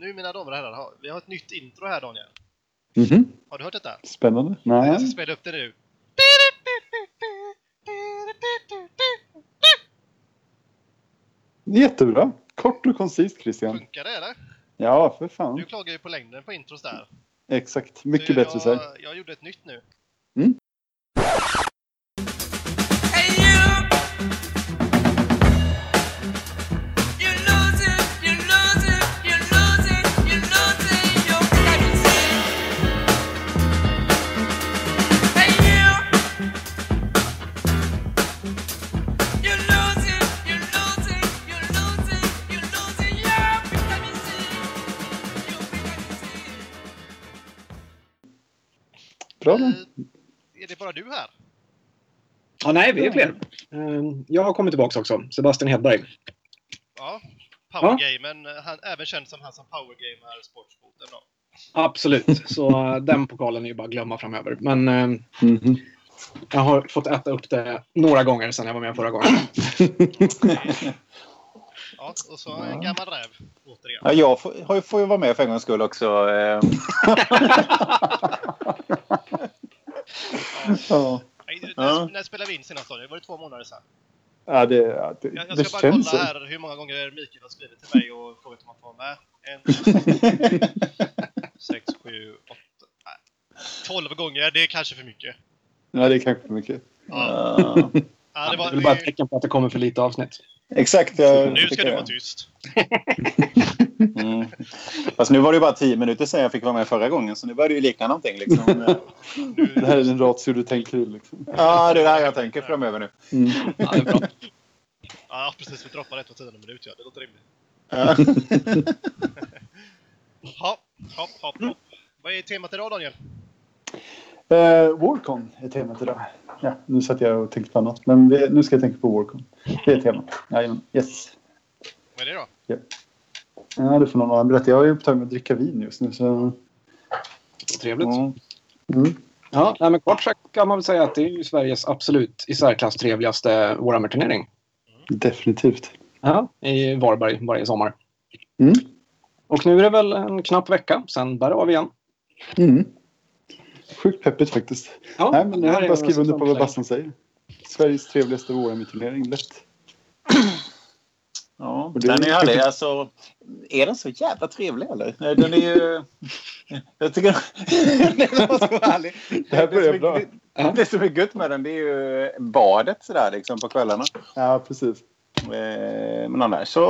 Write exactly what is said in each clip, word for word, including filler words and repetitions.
nu mina damer och herrar, vi har ett nytt intro här, Daniel. Mm-hmm. Har du hört detta? Spännande. Nej. Jag ska spela upp det nu. Jättebra. Kort och koncist, Christian. Funkar det, eller? Ja, för fan. Du klagar ju på längden på intros där. Exakt. Mycket så bättre jag, så här. Jag gjorde ett nytt nu. Mm. Bra då. Är det bara du här? Ja, nej, vi är fler. Jag har kommit tillbaka också. Sebastian Hedberg. Ja, Powergamen. Han även känd som han som Powergamer sportsboten då. Absolut. Så den pokalen är ju bara att glömma framöver. Men mm-hmm. jag har fått äta upp det några gånger sedan jag var med förra gången. Ja, och så en gammal räv återigen. Ja, jag får, får ju vara med för en gångs skull också. ja. Ja. Nej, när, när spelade vi in senast då? Det var det två månader sedan. Ja, det, ja, det, jag, jag det ska bara kolla så. här hur många gånger Mikael har skrivit till mig och frågat om att få vara med. En, sex, sju, åtta, nej. Tolv gånger, det är kanske för mycket. Ja, det är kanske för mycket. Ja. Uh. Ja, det var, det är väl bara ett tecken på att det kommer för lite avsnitt. Exakt. Jag nu ska du vara tyst. Mm. Fast nu var det ju bara tio minuter sedan jag fick vara med förra gången. Så nu börjar det ju likna någonting. Liksom. Det här är den ratio du tänker i. Liksom. Ja, det är det här jag tänker framöver nu. Mm. Ja, det är bra. Ja, precis. Vi droppar ett och tionde minut. Ja. Det låter rimligt. Ja. Hopp, hopp, hopp, hopp. Vad är temat idag, Daniel? Uh, Warcon är temat idag. Ja, nu satt jag och tänkte på annat. Men det, nu ska jag tänka på Warcon. Det är temat. Ja, yes. Vad är det då? Ja, ja det får någon annan berätta. Jag är upptagen med att dricka vin just nu. Så... Trevligt. Mm. Mm. Ja, nej, men kort sagt kan man väl säga att det är ju Sveriges absolut i särklass trevligaste Warhammer-turnering. Mm. Definitivt. Ja, i Varberg varje sommar. Mm. Och nu är det väl en knapp vecka, sen bär av igen. Mm. Sjukt peppigt faktiskt. Ja, nej, men jag har bara skrivit under på vad Bassan säger. Sveriges trevligaste Warhammer-turnering, lätt. Ja, den är ju härlig. Alltså, är den så jävla trevlig eller? Den är ju... Jag tycker... den måste vara härlig. Det här börjar bra. Det, det som är gött med den, det är ju badet sådär liksom på kvällarna. Ja, precis. Men annars så...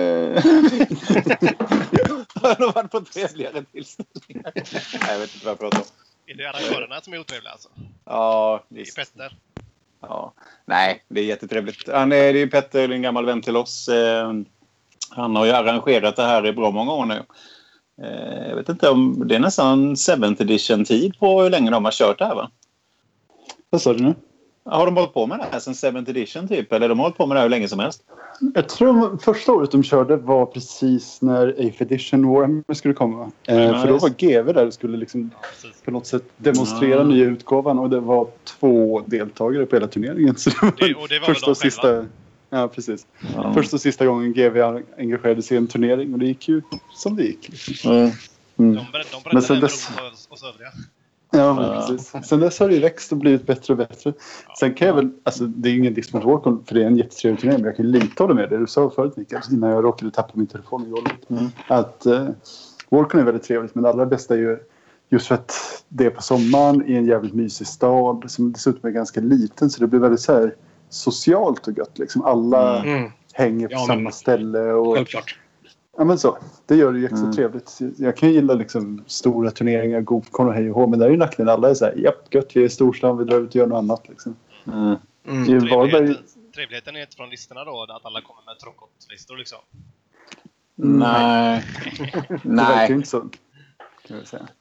har jag nog varit på trevligare tillställningar. Jag vet inte vad jag pratar om. Är det arrangörerna som är otrevliga alltså? Ja, visst. Det är Petter. Ja, nej, det är jättetrevligt. Han är, det är ju Petter, en gammal vän till oss. Eh, han har ju arrangerat det här i bra många år nu. Eh, jag vet inte om det är nästan seventh edition tid på hur länge de har kört det här, va? Vad sa du nu? Har de hållit på med det här sen seventh edition typ? Eller de har hållit på med det här hur länge som helst? Jag tror första året de körde var precis när eighth edition Warhammer skulle komma. Mm, eh, för då var G V där och skulle liksom på något sätt demonstrera mm. nya utgåvan. Och det var två deltagare på hela turneringen. Så det var, det, och det var första och sista... Ja, precis. Mm. Första och sista gången G V engagerade sig i en turnering. Och det gick ju som det gick. Liksom. Mm. Mm. De berättade om det dess... på oss övriga. Ja, men precis. Sen dess har det växt och blivit bättre och bättre. Sen kan jag väl, alltså det är ingen diss mot Warcon för det är en jättetrevlig turnering, men jag kan lite hålla med det du sa förut, Mikael, innan jag råkade tappa min telefon i golvet. Mm. Att uh, Warcon är väldigt trevligt, men det allra bästa är ju just för att det är på sommaren i en jävligt mysig stad som dessutom är ganska liten, så det blir väldigt så här socialt och gött liksom. Alla mm. hänger på ja, samma men... ställe och... Självklart. Ja, men så. Det gör det ju extra mm. trevligt. Jag kan ju gilla liksom stora turneringar, Gopcon och hej och hå, men där är ju nackdelen. Alla är så här, japp, gött, vi är i storstan, vi drar ut och gör något annat liksom. Mm. Mm. Trevligheten, trevligheten är inte från listorna då, att alla kommer med trockot-listor liksom. Mm. Nej. Det verkar inte så, kan jag säga.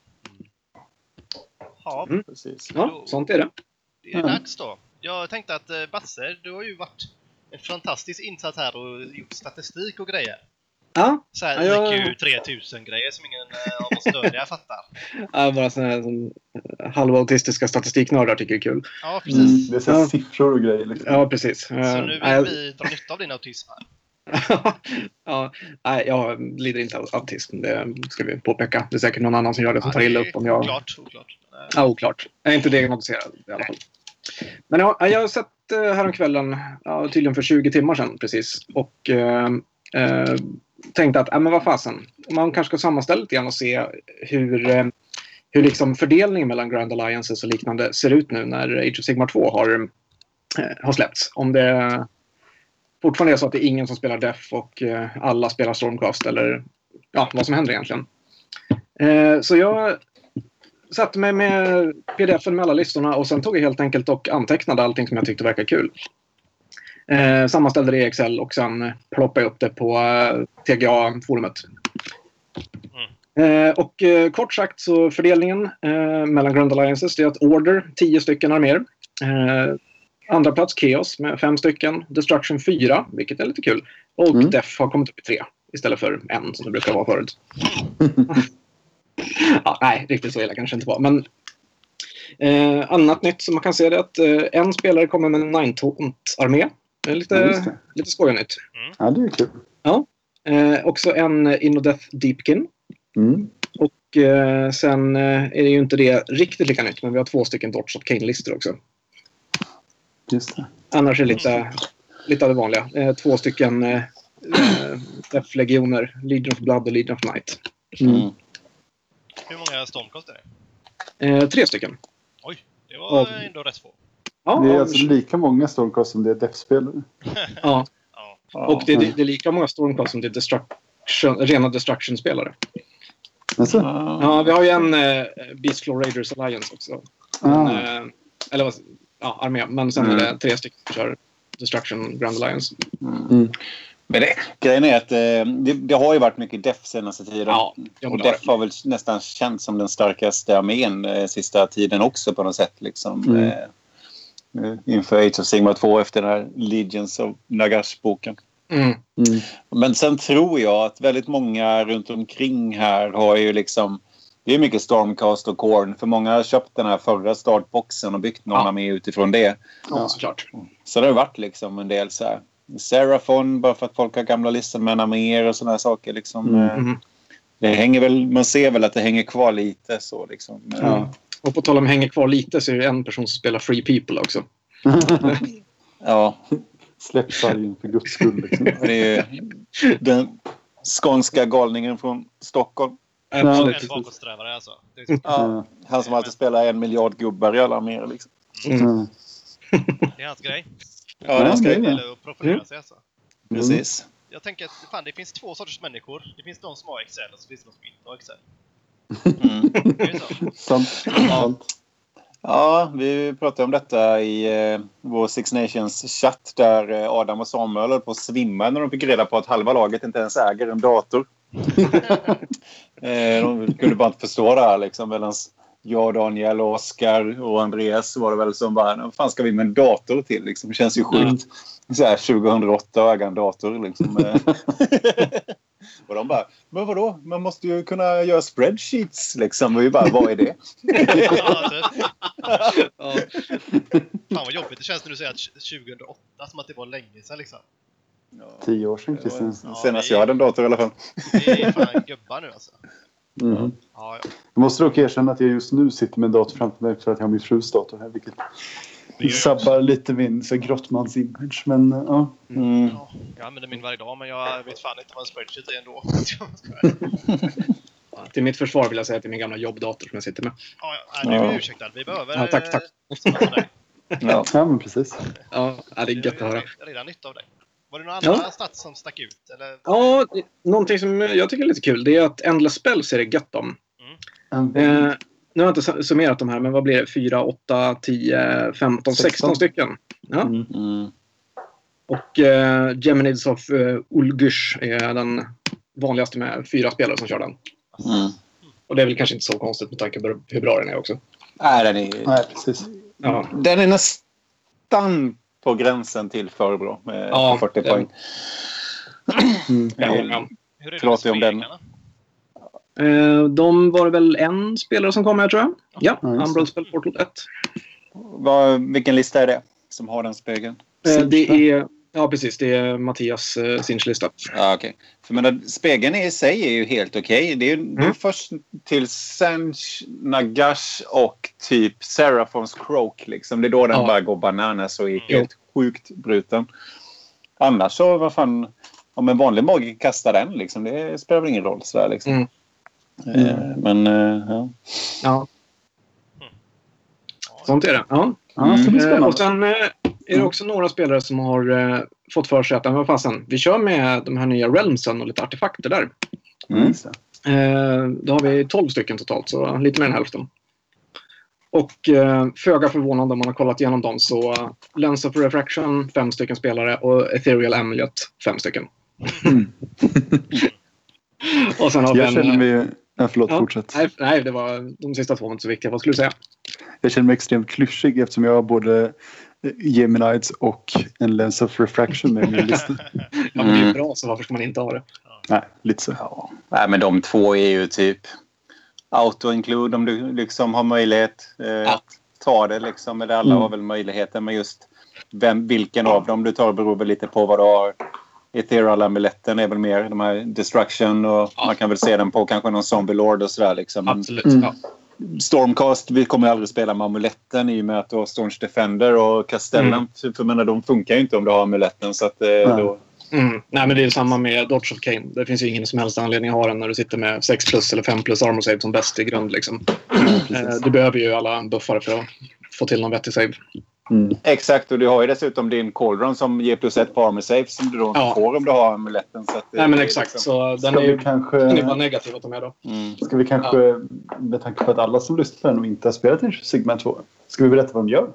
Ja, mm. precis. Ja, sånt är det. Det är dags då. Jag tänkte att eh, Basse, du har ju varit en fantastisk insats här och gjort statistik och grejer. Ja. Så här ja, I Q tre tusen grejer som ingen eh, av oss dödliga fattar. Ja, bara sådana här som halvautistiska statistiknördar tycker är kul. Ja, precis. Mm, det är så ja. siffror och grejer liksom. Ja, precis. Så nu vill uh, vi dra nytta av din autism här. ja, nej, jag lider inte av autism. Det ska vi påpeka. Det är säkert någon annan som gör det som tar illa upp om jag... Oklart, oklart. Ja, oklart. Jag är inte diagnostiserad i alla fall. Men ja, jag har sett uh, häromkvällen, ja, tydligen för tjugo timmar sedan precis. Och uh, uh, tänkte att, äh, men vad fasen. Man kanske ska sammanställa lite grann och se hur, uh, hur liksom fördelningen mellan Grand Alliances och liknande ser ut nu när Age of Sigmar två har, uh, har släppts. Om det fortfarande är så att det är ingen som spelar Def och uh, alla spelar Stormcast eller ja, vad som händer egentligen. Uh, så jag satte mig med pdf-en med alla listorna och sen tog jag helt enkelt och antecknade allting som jag tyckte verkade kul. Eh, sammanställde det i Excel och sen ploppade jag upp det på eh, T G A-forumet. Mm. Eh, och eh, kort sagt så fördelningen eh, mellan Grand Alliances är att Order, tio stycken arméer. Eh, andra plats Chaos med fem stycken. Destruction fyra, vilket är lite kul. Och mm. Def har kommit upp i tre istället för en som det brukar vara förut. Ja, nej, riktigt så illa kanske inte var. Men eh, annat nytt som man kan se är att eh, en spelare kommer med en nine-taunt-armé. Det är lite, ja, lite skoj nytt. Mm. Ja, det är kul. Ja. Eh, också en Innodeath Deepkin. Mm. Och eh, sen eh, är det ju inte det riktigt lika nytt, men vi har två stycken Dots of Kane-listor också. Just det. Annars är det lite, lite av det vanliga. Eh, två stycken eh, Def-legioner. Legion of Blood och Legion of Night. Mm. Hur många Stormcast är det? Eh, tre stycken. Oj, det var och, ändå rätt få. Ja, det är alltså lika många Stormcast som det är Def-spelare. Ja. Ja. Och det, det, det är lika många Stormcast som det är destruction, rena Destruction-spelare. Alltså? Ja, vi har ju en eh, Beastclaw Raiders Alliance också. Ah. En, eh, eller vad, ja, armé. Men sen mm. är det tre stycken som kör Destruction Grand Alliance. Mm. Men det, grejen är att eh, det, det har ju varit mycket Def senaste tiden. Ja, och Def har väl nästan känts som den starkaste armén eh, sista tiden också på något sätt. Liksom, mm. eh, inför Age of Sigmar två efter den här Legions of Nagash-boken. Mm. Mm. Men sen tror jag att väldigt många runt omkring här har ju liksom... Det är mycket Stormcast och Khorne. För många har köpt den här förra startboxen och byggt någon ja. armé utifrån det. Ja, såklart. Så det har varit liksom en del så här... Seraphon, bara för att folk har gamla listor med arméer och såna här saker liksom. Mm. Det hänger väl, man ser väl att det hänger kvar lite så liksom. Ja. Och på tal om hänger kvar lite så är det en person som spelar Free People också. Ja. Släpp sargen för guds skull liksom. Det är ju den skånska galningen från Stockholm. Ja, en bakåtsträvare alltså. Det är ja, han som alltid spelar en miljard gubbar i alla arméer liksom. Mm. Det är hans grej. Ja, det är hans grej. Det gäller att profilera sig alltså. Precis. Jag tänker att fan, det finns två sorters människor. Det finns de som har Excel och så finns det de som inte har Excel. Mm. Det är så. Sant. Sant. Ja, vi pratade om detta i eh, vår Six Nations-chatt där eh, Adam och Samuel höll på att svimma när de fick reda på att halva laget inte ens äger en dator. eh, de kunde bara inte förstå det här liksom, medan jag, Daniel, och Oskar och Andreas var det väl som bara, vad fan ska vi med en dator till liksom? Det känns ju sjukt. Mm. Så här tjugohundraåtta och äga en dator liksom. Och de bara, men vadå? Man måste ju kunna göra spreadsheets liksom. Och vi bara, vad är det? Ja. Fan vad jobbigt det känns när du säger att tjugohundraåtta som att det var länge sedan liksom. Ja. Tio år sedan, Christian. Ja, senast jag hade en dator i alla fall. Det är fan gubbar nu alltså. Mm. Ja, ja. Jag måste dock erkänna att jag just nu sitter med en dator framför mig för att jag har min frus dator här. Vilket sabbar lite min så grottmans image. Men ja. Mm. Ja, jag använder min varje dag men jag vet fan inte vad en spreadsheet är ändå. Ja, till mitt försvar vill jag säga att det är min gamla jobbdator som jag sitter med. Ja, ja, du är ursäktad. Vi behöver... Ja, tack, tack. Ja, ja men precis. Ja, det är gött att höra. Jag redan nytta av dig. Var det några andra ja. stats som stack ut? Eller? Ja, någonting som jag tycker är lite kul det är att Endless Spells är det gött om. Mm. Eh, nu har jag inte summerat de här, men vad blir det? fyra, åtta, tio, femton, sexton stycken. Ja. Mm. Mm. Och eh, Geminids of uh, Ulgush är den vanligaste med fyra spelare som kör den. Mm. Och det är väl kanske inte så konstigt med tanke på hur bra den är också. Nej, den är... Nej, precis. Ja. Den är nästan på gränsen till för bra med ja, fyrtio den... poäng. Mm. Ja, ja. Hur är Pratar det om den? Eh, de var väl en spelare som kom här, tror jag. Ja, ja Umbral Spell Portal ett. Vad, vilken lista är det som har den spegeln? Eh, det är Ja, precis. Det är Mattias uh, Sinch-lista. Ja, okej. Okay. För menar, spegeln i sig är ju helt okej. Okay. Det är ju Mm. det är först till Sinch, Nagash och typ Seraphons Croak. Liksom. Det är då den Ja. bara går bananas och är helt sjukt bruten. Annars så, vad fan... Om en vanlig mage kastar den, liksom, det spelar väl ingen roll. Sådär, liksom. Mm. Eh, men, eh, ja. Ja. Sånt är det. Ja. Ja, så det blir Eh, spännande. och sen eh, är det också några spelare som har eh, fått för sig att vad fasen, vi kör med de här nya Realmsen och lite artefakter där. Mm. Just det. Eh, då har vi tolv stycken totalt, så lite mer än hälften. Och eh, föga förvånande om man har kollat igenom dem, så uh, Lens of Refraction, fem stycken spelare, och Ethereal Amulet, fem stycken. Mm. Och sen har vi Jag en, känner mig... Ja, förlåt, ja, fortsätt. nej, nej, det var de sista två var inte så viktiga. Vad skulle du säga? Jag känner mig extremt klyschig eftersom jag har både Geminides och en Lens of Refraction med i min lista. Ja, men det är ju bra, så varför ska man inte ha det? Nej, lite så. Ja. Nej, men de två är ju typ auto-include om du liksom har möjlighet eh, Ja. att ta det. Liksom. Eller alla Mm. har väl möjligheten, men just vem, vilken av dem du tar beror väl lite på vad du har. Ethereal-amuletten är väl mer de här Destruction och Ja. man kan väl se den på kanske någon Zombie Lord och sådär. Liksom. Men Absolut. Mm. Ja. Stormcast, vi kommer aldrig spela med amuletten i och med att du har Storms Defender och Castellan. Mm. För jag menar, de funkar ju inte om du har amuletten. Så att, eh, då, Mm. Nej, men det är samma med Dodge of Kane. Det finns ju ingen som helst anledning att ha den när du sitter med sex plus eller fem plus armor save som bäst i grund. Liksom. Eh, du behöver ju alla buffar för att få till någon vettig save. Mm. Exakt, och du har ju dessutom din Cauldron som ger plus ett på armor save som du då Ja. får om du har amuletten. Så att det, Nej, men det är exakt. liksom- Så den Ska är vi ju kanske... den är bara negativ att ta med då. Mm. Ska vi kanske, med tanke på att alla som lyssnar på den och inte har spelat i Sigma två, ska vi berätta vad de gör?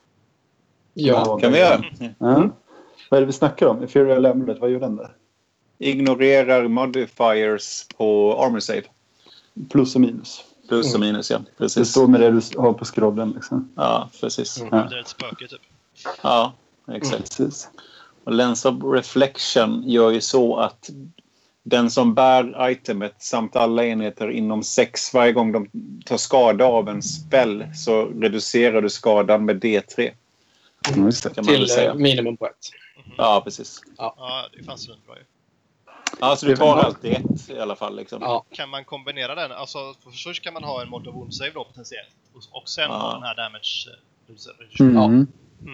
Ja. Kan vi göra? Ja. Vad är det vi snackar om? Ethereal Amulet, vad gör den där? Ignorerar modifiers på armor save. Plus och minus. Plus och minus, ja. Det Precis. står med det du har på scrollen. Liksom. Ja, precis. Mm. Ja. Det är ett spöke typ. Ja, exakt. Precis. Och Lens of Reflection gör ju så att den som bär itemet samt alla enheter inom sex varje gång de tar skada av en spell så reducerar du skadan med D tre. Ja, just det. Kan man väl Till säga. eh, minimum på ett. Ja, precis. Ja, det fanns ju bra ju. Ja, så du tar alltid ett i alla fall. Liksom. Ja. Kan man kombinera den? Alltså, för först kan man ha en mod of wound save då potentiellt. Och, och sen Ja. ha den här damage eh, reduction. Mm. Ja. Mm.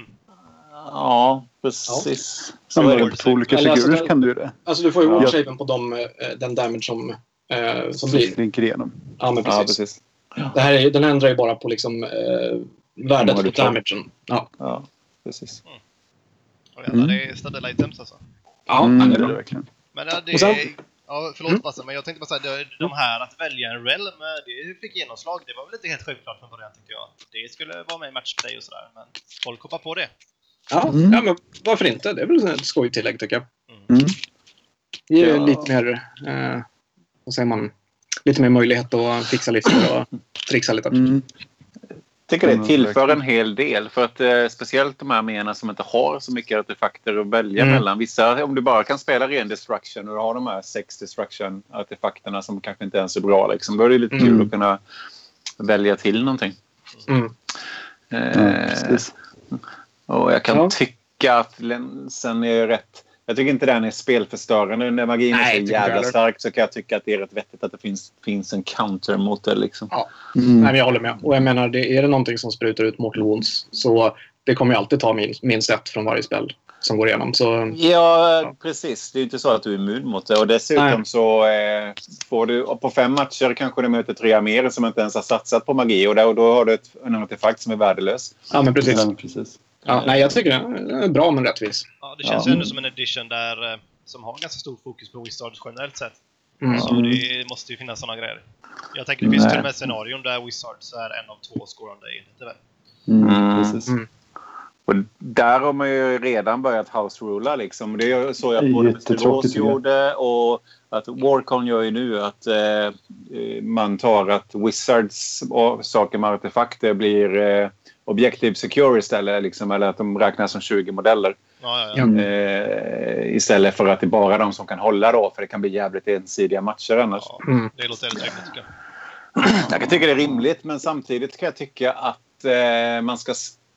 Ja, precis. Så Så är är det. det på olika Eller alltså, figurer det- kan du ju det. Alltså du får ju Ja. one-shaven på dem, eh, den damage som, eh, som Som blir. slinker igenom. Ja, men Ja, precis. precis. Det här är, den ändrar ju bara på liksom, eh, värdet vad du på tar. damagen. Ja, Ja, precis. Och jävlar, Mm. det är stabila items alltså. ja Mm, det det är är det bra. verkligen. Men ja, det Och sen- är... Ja, förlåt Mm. Basse, men jag tänkte bara säga de, de här att välja en realm, det fick genomslag. Det var väl inte helt självklart från början tycker jag. Det skulle vara med i matchplay och sådär, men folk hoppar på det. Ja, Mm. ja, men varför inte? Det är väl ett skojtillägg tycker jag. Mm. Det ger Ja. lite mer, eh, vad säger man, lite mer möjlighet att fixa listor och trixa lite. Mm. Jag tycker det Mm, tillför verkligen. en hel del. För att eh, speciellt de här arméerna som inte har så mycket artefakter att välja Mm. mellan. Vissa, om du bara kan spela ren destruction och du har de här sex destruction artefakterna som kanske inte ens är bra. Liksom. Då är det lite Mm. kul att kunna välja till någonting. Mm. Eh, Ja, precis. och jag kan Ja. tycka att länsen är rätt. Jag tycker inte den är spelförstörande. När magin Nej, är så tycker jag jävla heller. stark så kan jag tycka att det är rätt vettigt att det finns, finns en counter mot det. Liksom. Ja. Mm. Nej, men jag håller med. Och jag menar, det, är det någonting som sprutar ut Mortal Wounds så det kommer ju alltid ta min, minst ett från varje spel som går igenom. Så Ja, precis. Det är ju inte så att du är immun mot det. Och dessutom Nej. så eh, får du på fem matcher kanske du möter tre arméer som inte ens har satsat på magi. Och, där, och då har du ett, en artefakt som är värdelös. ja, men precis. Ja, precis. Ja, nej, jag tycker det är bra men rättvis. Ja, det känns Ja. ju ändå som en edition där, eh, som har ganska stor fokus på Wizards generellt sett. Mm. Så det måste ju finnas sådana grejer. Jag tänker det finns Nej. till och med scenarion där Wizards är en av två scorande enheter väl? Mm. Mm. Precis. Mm. Och där har man ju redan börjat house-rula. Liksom. Det är så jag både Jättetråkigt, Mestiros tycker jag. gjorde och att Warcon gör ju nu att eh, man tar att Wizards och saker med artefakter blir eh, objective secure istället. Liksom, eller att de räknas som tjugo modeller. Ja, ja, Ja. ja. Eh, istället för att det är bara de som kan hålla då. För det kan bli jävligt ensidiga matcher annars. ja. Mm. Det låter helt rimligt tycker jag. Jag kan tycka det är rimligt, men samtidigt kan jag tycka att eh, man ska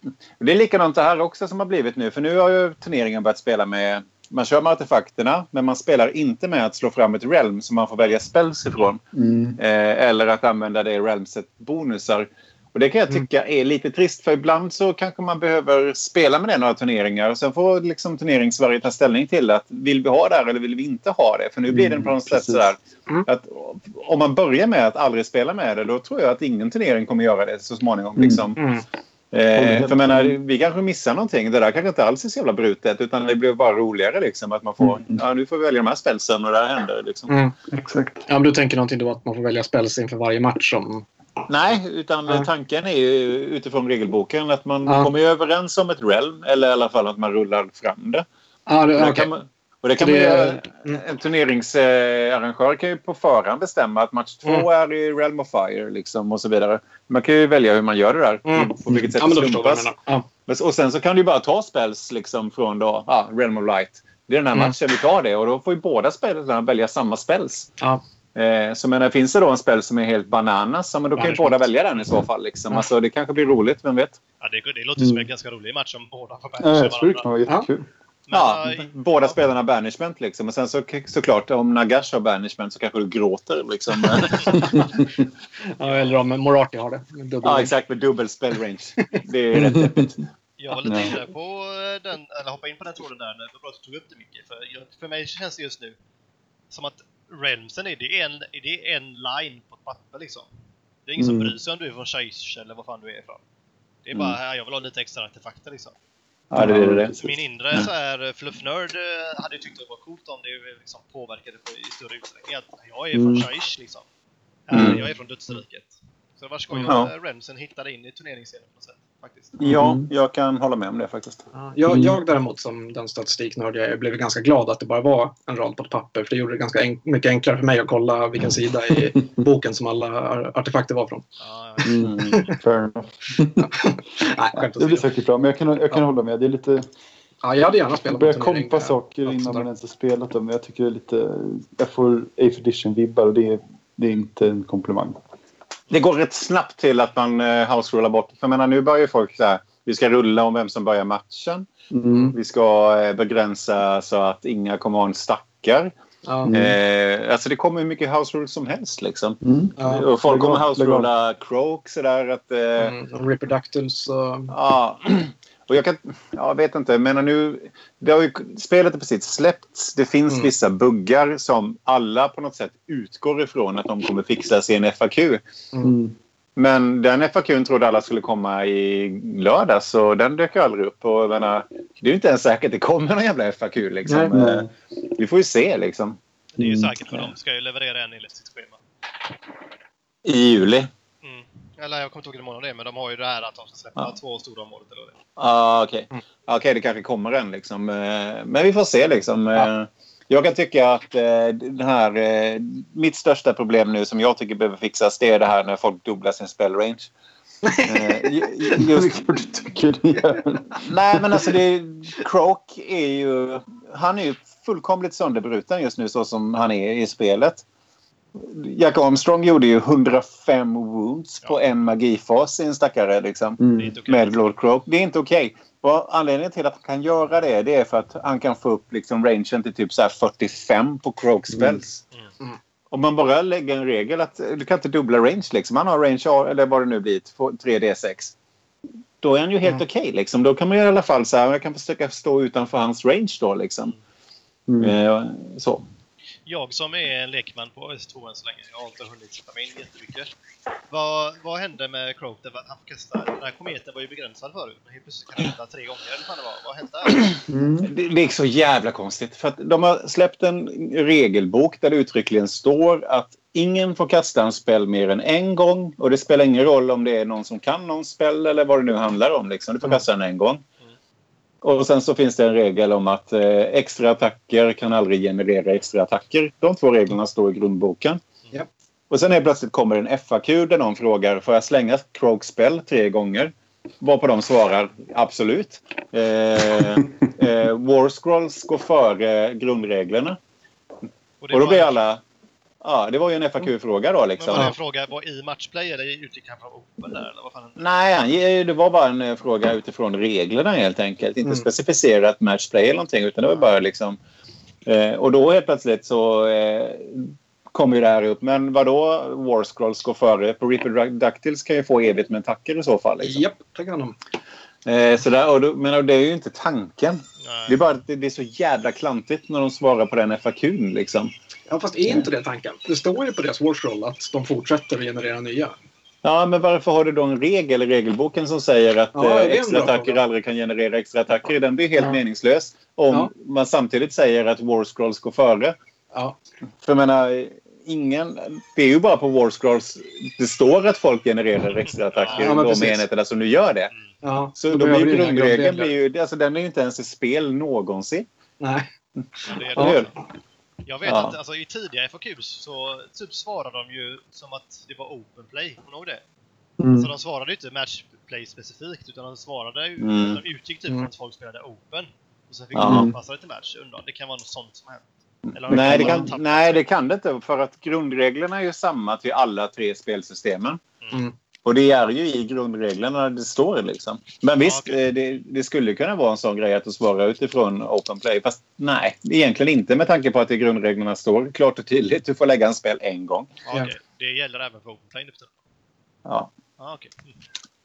Det är likadant det här också som har blivit nu. För nu har ju turneringen börjat spela med... Man kör med artefakterna, men man spelar inte med att slå fram ett realm som man får välja spells ifrån. Mm. Eh, eller att använda det realmset bonusar. Och det kan jag tycka är lite trist. För ibland så kanske man behöver spela med det några turneringar. Och sen får liksom turneringsvarje ta ställning till att vill vi ha det här eller vill vi inte ha det. För nu blir det på något sätt sådär. Mm. Att om man börjar med att aldrig spela med det, då tror jag att ingen turnering kommer göra det så småningom. Liksom. Mm. Eh, för jag menar, vi kanske missar någonting. Det där kanske inte alls är så jävla brutet, utan det blir bara roligare liksom. Att man får, Mm. ja nu får vi välja de här spelsen och det här händer liksom. Mm. Exakt. Ja, men du tänker någonting då att man får välja spells inför varje match som... Nej, utan Ja. tanken är ju utifrån regelboken att man Ja. kommer överens om ett realm, eller i alla fall att man rullar fram det. Ja, det, Och det okej. kan man, och det kan Så man det- göra, mm. en turneringsarrangör kan ju på förhand bestämma att match två Mm. är i Realm of Fire liksom, och så vidare. Man kan ju välja hur man gör det där. Mm. På vilket sätt Ja, men det då förstår jag vad du slumpas. menar. Ja. Men- Och sen så kan du ju bara ta spells liksom från då, ah, Realm of Light. Det är den här Mm. matchen vi tar det, och då får ju båda spelarna välja samma spells. Ja. Eh, så menar, finns det då en spel som är helt bananas, så men då kan ju Management. båda välja den i så fall. Liksom. Ja. Alltså, det kanske blir roligt, vem vet? Ja, det, det låter som en Mm. ganska rolig match om båda får Ja, bärga jag tror det kan vara jättekul. Men, Ja, äh, båda spelarna banishment liksom. Och sen så, såklart, om Nagash har banishment så kanske du gråter liksom. Ja, eller om Morati har det. Med dubbel- Ja, exakt, med dubbel spell range. Det är rätt deppigt. jag var lite Nej. inne på den, eller hoppa in på den tråden där, när det var bra att du tog upp det mycket. För, jag, för mig känns det just nu som att Realmsen är det en, är det en line på ett papper liksom. Det är ingen som Mm. bryr sig om du är från Scheiss eller vad fan du är ifrån. Det är bara, här, jag vill ha lite extra artefakter liksom. Ja, det är det. det. Min inre så här fluffnörd eh, hade ju tyckt det var coolt om det liksom påverkade på i större utsträckning. Att jag är från Mm. Scheiss liksom. Mm. Eh, Jag är från dödsriket. Så det var skoj Ja. att Remsen hittade in i turneringsscenen på något sätt. Faktiskt. Ja, Mm. jag kan hålla med om det faktiskt. Ja, jag, Mm. jag däremot som den statistiknörd jag är, blev ganska glad att det bara var en rad på ett papper. För det gjorde det ganska en, mycket enklare för mig att kolla vilken sida i boken som alla ar- artefakter var från. Ja, ja. Mm. Fair enough. Nej, skämt Det blir åsido. säkert bra, men jag kan, jag kan Ja. hålla med. Det är lite... Ja, jag hade gärna spelat Jag börjar på turnering, kompa eh, saker något innan sånt man där. ens har spelat dem. Jag tycker det är lite... Jag får eighth edition-vibbar och det är, det är inte en komplimang. Det går rätt snabbt till att man uh, house-rullar bort. För jag menar, nu börjar ju folk så här, vi ska rulla om vem som börjar matchen. Mm. Vi ska eh, begränsa så att inga kommer ha en stackar. Ja. Mm. Eh, alltså det kommer hur mycket house rules som helst liksom. Mm. Ja. Och folk kommer Legal, house-rulla croak sådär att... Eh, Mm, Reproductals och... Ja, och jag kan... Jag vet inte, men nu... Det har ju, spelet är precis släppts. Det finns Mm. vissa buggar som alla på något sätt utgår ifrån att de kommer fixas i en F A Q. Mm. Men den F A Q:n trodde alla skulle komma i lördag, så den dök aldrig upp. Och jag menar, det är ju inte ens säkert att det kommer någon jävla F A Q liksom. Nej. Nej. Eh, Vi får ju se liksom. Det är ju Mm. säkert för de ska ju leverera en enligt sitt schema. I juli. Mm. Eller jag kommer inte ihåg hur många det är, men de har ju det här att de ska släppa Ja. två stora området eller vad det är. Ah, okej. Mm. Okej, det kanske kommer en liksom. Eh, Men vi får se liksom. Eh, Ja. Jag kan tycka att eh, den här... Eh, mitt största problem nu som jag tycker behöver fixas, det är det här när folk dubblar sin spell range. Eh, ju- Det är just, klart du tycker det. nej, men alltså det... Croak är ju... Han är ju fullkomligt sönderbruten just nu så som han är i spelet. Jack Armstrong gjorde ju hundrafem wounds Ja. på en magifas i en stackare liksom. Det är Mm. inte okej. Med Lord Croak. Det är inte okej. Och anledningen till att han kan göra det, det är för att han kan få upp liksom rangen till typ så här fyrtiofem på Croak spells. Mm. Mm. Om man bara lägger en regel att du kan inte dubbla range liksom. Han har range, eller vad det nu blir, tre D sex. Då är han ju helt Mm. okej liksom. Då kan man i alla fall så här, jag kan försöka stå utanför hans range då liksom. Mm. Eh, så. Jag som är en lekman på S två än så länge, jag har inte hunnit sätta mig in jättemycket. Vad, vad hände med Croak? Det var att han får kasta, den här kometen var ju begränsad förut, men helt plötsligt kan han hända tre gånger eller vad det var. Vad hände där? Mm. Det, det är så jävla konstigt. För att de har släppt en regelbok där det uttryckligen står att ingen får kasta en spel mer än en gång. Och det spelar ingen roll om det är någon som kan någon spel eller vad det nu handlar om. Liksom. Du får kasta den en gång. Och sen så finns det en regel om att eh, extra attacker kan aldrig generera extra attacker. De två reglerna står i grundboken. Ja. Och sen är plötsligt kommer en F A Q där någon frågar, får jag slänga Croak spell tre gånger? Varpå de svarar absolut. Eh, eh, War Scrolls går före grundreglerna. Och det Och då var- blir alla... Ja, det var ju en F A Q-fråga då liksom. Men var det en fråga var i matchplay eller utgick han från Open där? Eller vad fan hände? Nej, det var bara en fråga utifrån reglerna helt enkelt. Inte Mm. specificerat matchplay eller någonting, utan det var bara liksom... Eh, och då helt plötsligt så eh, kommer ju det här upp. Men vadå? War Scrolls går före. På Reproductiles kan ju få evigt med tacker i så fall. Liksom. Japp, det kan de. Eh, så där, och då, men det är ju inte tanken. Nej. Det är bara att det, det är så jävla klantigt när de svarar på den F A Q:n liksom. Ja, fast är inte det tanken? Det står ju på deras War Scroll att de fortsätter att generera nya. Ja, men varför har du då en regel i regelboken som säger att Ja, det är eh, en extra bra attacker fråga. aldrig kan generera extra attacker? Den blir helt Ja. meningslös om Ja. man samtidigt säger att War Scrolls går före. Ja. För jag menar, ingen... Det är ju bara på War Scrolls det står att folk genererar extra attacker Ja, men de precis. enheterna som nu gör det. Ja, Så då då behöver blir du inga grundregeln grundregler. blir ju... Alltså den är ju inte ens i spel någonsin. Nej. Ja, det är Eller hur? det. Jag vet Ja. att alltså, i tidiga F A Qs så typ svarade de ju som att det var open play. Kommer du ihåg det? Mm. Så de svarade ju inte matchplay specifikt utan de svarade ju, Mm. de utgick typ Mm. från att folk spelade open. Och sen fick Ja. de anpassa det till match undan. Det kan vara något sånt som har hänt. Eller Nej det, vara kan, tappat. nej, det kan det inte. För att grundreglerna är ju samma till alla tre spelsystemen. Mm. Och det är ju i grundreglerna det står liksom. Men visst, Ja, okej. eh, det, det skulle kunna vara en sån grej att du svarar utifrån open play. Fast nej, egentligen inte med tanke på att det i grundreglerna står klart och tydligt. Du får lägga en spel en gång. Ja, okej. Det gäller även för open play nu för tiden. Ja. Ja, okej. Mm.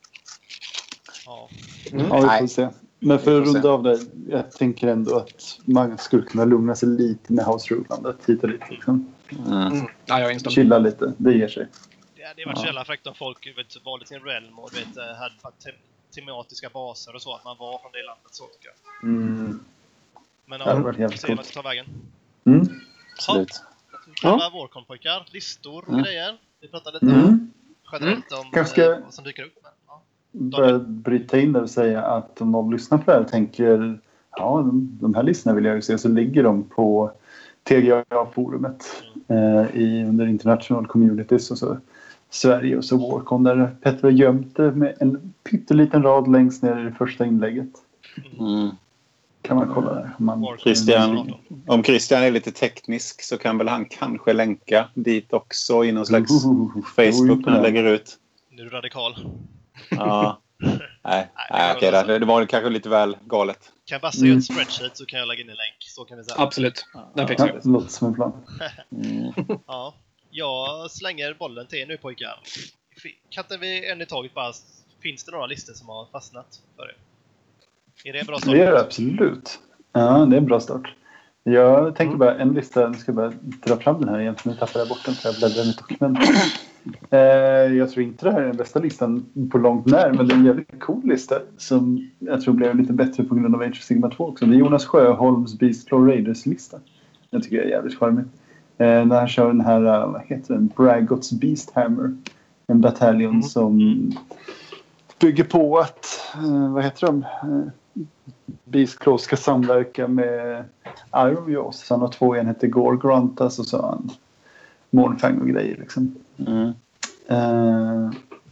Ja. Mm. Ja, vi får Nej. se. Men för Vi att får se. runda av det, jag tänker ändå att man skulle kunna lugna sig lite med house-rulandet hit och dit. Liksom. Mm. Mm. Ja, jag instämmer. Chilla lite, det ger sig. Det hade varit Ja. så jävla fräckt om folk vet, valde sin realm och vet, hade te tematiska baser och så. Att man var från det landet så tycker jag. Mm. Men Det hade ja, varit vi jävligt får se vart coolt. det tar vägen. Mm. Absolut. Själva Warcon-pojkar, listor och Mm. grejer. Vi pratade lite om Mm. generellt om Kanske ska- eh, vad som dyker upp. Men, ja. Börja bryta in där och säga att om någon lyssnar på det här och tänker ja, de, de här listorna vill jag ju se, så ligger de på T G A-forumet eh, i, under International Communities och så Sverige och så Warcon där Petter har gömt det med en pytteliten rad längst ner i det första inlägget. Mm. Kan man kolla där. om Man, Warcon Christian, arton. om Christian är lite teknisk så kan väl han kanske länka dit också i någon slags Uhuhu. Facebook när han lägger ut. Nu är du radikal. Ja. Nej, Nej, nej okej då. Det var kanske lite väl galet. Kan Basse göra ett spreadsheet så kan jag lägga in en länk. Så kan vi säga. Absolut. Den fixar Ja, vi. det låter som en plan. Mm. Ja. Jag slänger bollen till er nu pojkar. Kan inte vi en i taget bara... Finns det några listor som har fastnat för er? Är det en bra start? Det är det absolut. Ja, det är en bra start. Jag tänker bara en lista, nu ska jag bara dra fram den här egentligen. Nu tappade jag bort den för jag bläddrar i mitt dokument. Eh, jag tror inte det här är den bästa listan på långt när, men det är en jävligt cool lista som jag tror blev lite bättre på grund av Age of Sigmar två också. Det är Jonas Sjöholms Beast Claw Raiders-lista. Jag tycker jag är jävligt charmig. Eh, när han kör den här, uh, vad heter den? Braggots Beasthammer. En bataljon Mm. som bygger på att, eh, vad heter de? Eh, Beast Claw ska samverka med Iron Jaws. Så han har två enheter Gorgrantas och så har han Mornfang och grejer liksom. Mm. Uh,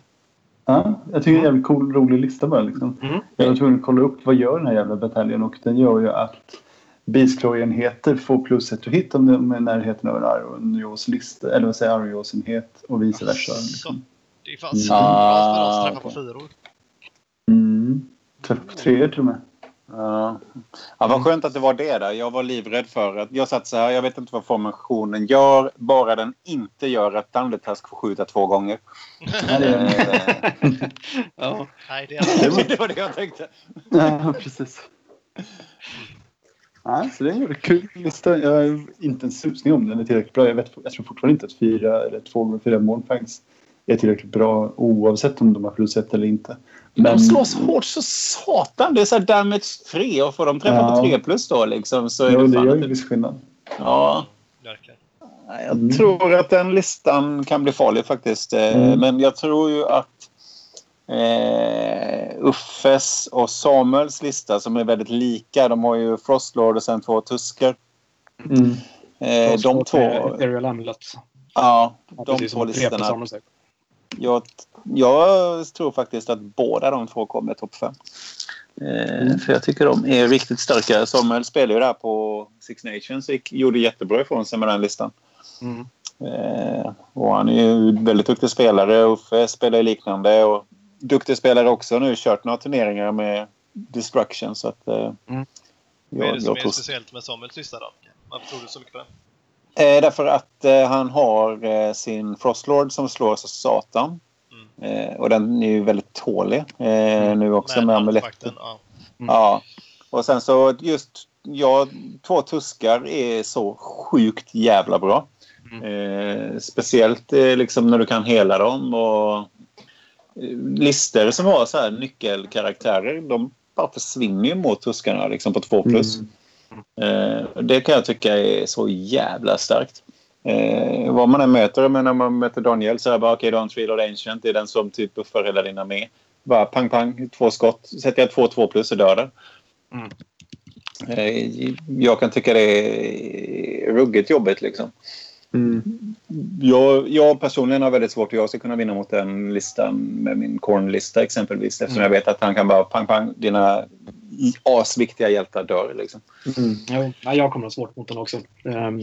ja, jag tycker det är en jävligt cool, rolig lista bara liksom. Mm. Jag var tvungen att kolla upp vad gör den här jävla bataljen och den gör ju att Beast Claw-enheter får plus ett att hit om de är i närheten av en Iron Jaws lista, eller vad säger Iron Jaws enhet och vice versa. Så. Liksom. Det är fan så Mm. bra för oss att träffa okej. på fyror. Mm. Träff på treor till och med. Ja. Ja, vad skönt att det var det där. Jag var livrädd för att... Jag satt så här, jag vet inte vad formationen gör. Bara den inte gör att Thundertusk får skjuta två gånger. Ja, det är Ja. Nej, det är Det var det jag tänkte. Ja, precis. Ja, så det är en väldigt kul lista. Jag har inte en susning om den är tillräckligt bra. Jag, vet, jag tror fortfarande inte att fyra eller två gånger fyra Mornfangs är tillräckligt bra oavsett om de har plus ett eller inte. Men Men de slås hårt så satan. Det är så här damage tre och får de träffa Ja. på tre plus då liksom. Så är jo, det det fan gör ju inte... viss skillnad. Ja. verkligen. Jag Mm. tror att den listan kan bli farlig faktiskt. Eh, Mm. Men jag tror ju att eh, Uffes och Samuels lista som är väldigt lika. De har ju Frostlord och sen två tusker. Mm. Eh, de två... Aerial Amulet. Ja, de Precis två som tre på listorna. samma sätt. Jag, jag tror faktiskt att båda de två kommer topp fem. Eh, Mm. För jag tycker de är riktigt starka. Samuel spelade ju där på Six Nations och gick- gjorde jättebra ifrån sig med den listan. Mm. Eh, och han är ju väldigt duktig spelare. Uffe spelar liknande och duktig spelare också nu. Kört några turneringar med Destruction. Så att, eh, Mm. Vad är det som är tror... speciellt med Samuels lista då? Varför tror du så mycket på den? Eh, därför att eh, han har eh, sin Frostlord som slår så satan. Mm. Eh, och den är ju väldigt tålig. Eh, mm. Nu också med, med amuletten. Ja. Mm. Ja. Och sen så just ja, två tuskar är så sjukt jävla bra. Mm. Eh, speciellt eh, liksom när du kan hela dem och eh, lister som har så här nyckelkaraktärer, de bara försvinner ju mot tuskarna liksom på två plus. Mm. Eh, det kan jag tycka är så jävla starkt. Eh, vad man än möter, men när man möter Daniel så är det bara okej, okay, Don Three Lord Ancient, det är den som typ buffar hela din armé. Bara pang pang, två skott, sätter jag två två plus och dör där. Mm. Eh, jag kan tycka det är ruggigt jobbigt liksom. Mm. Jag, jag personligen har väldigt svårt att jag ska kunna vinna mot den listan med min Korn-lista exempelvis, eftersom mm. jag vet att han kan bara pang pang, dina asviktiga hjältar dör liksom. Mm. Ja, jag kommer att ha svårt mot den också. Um,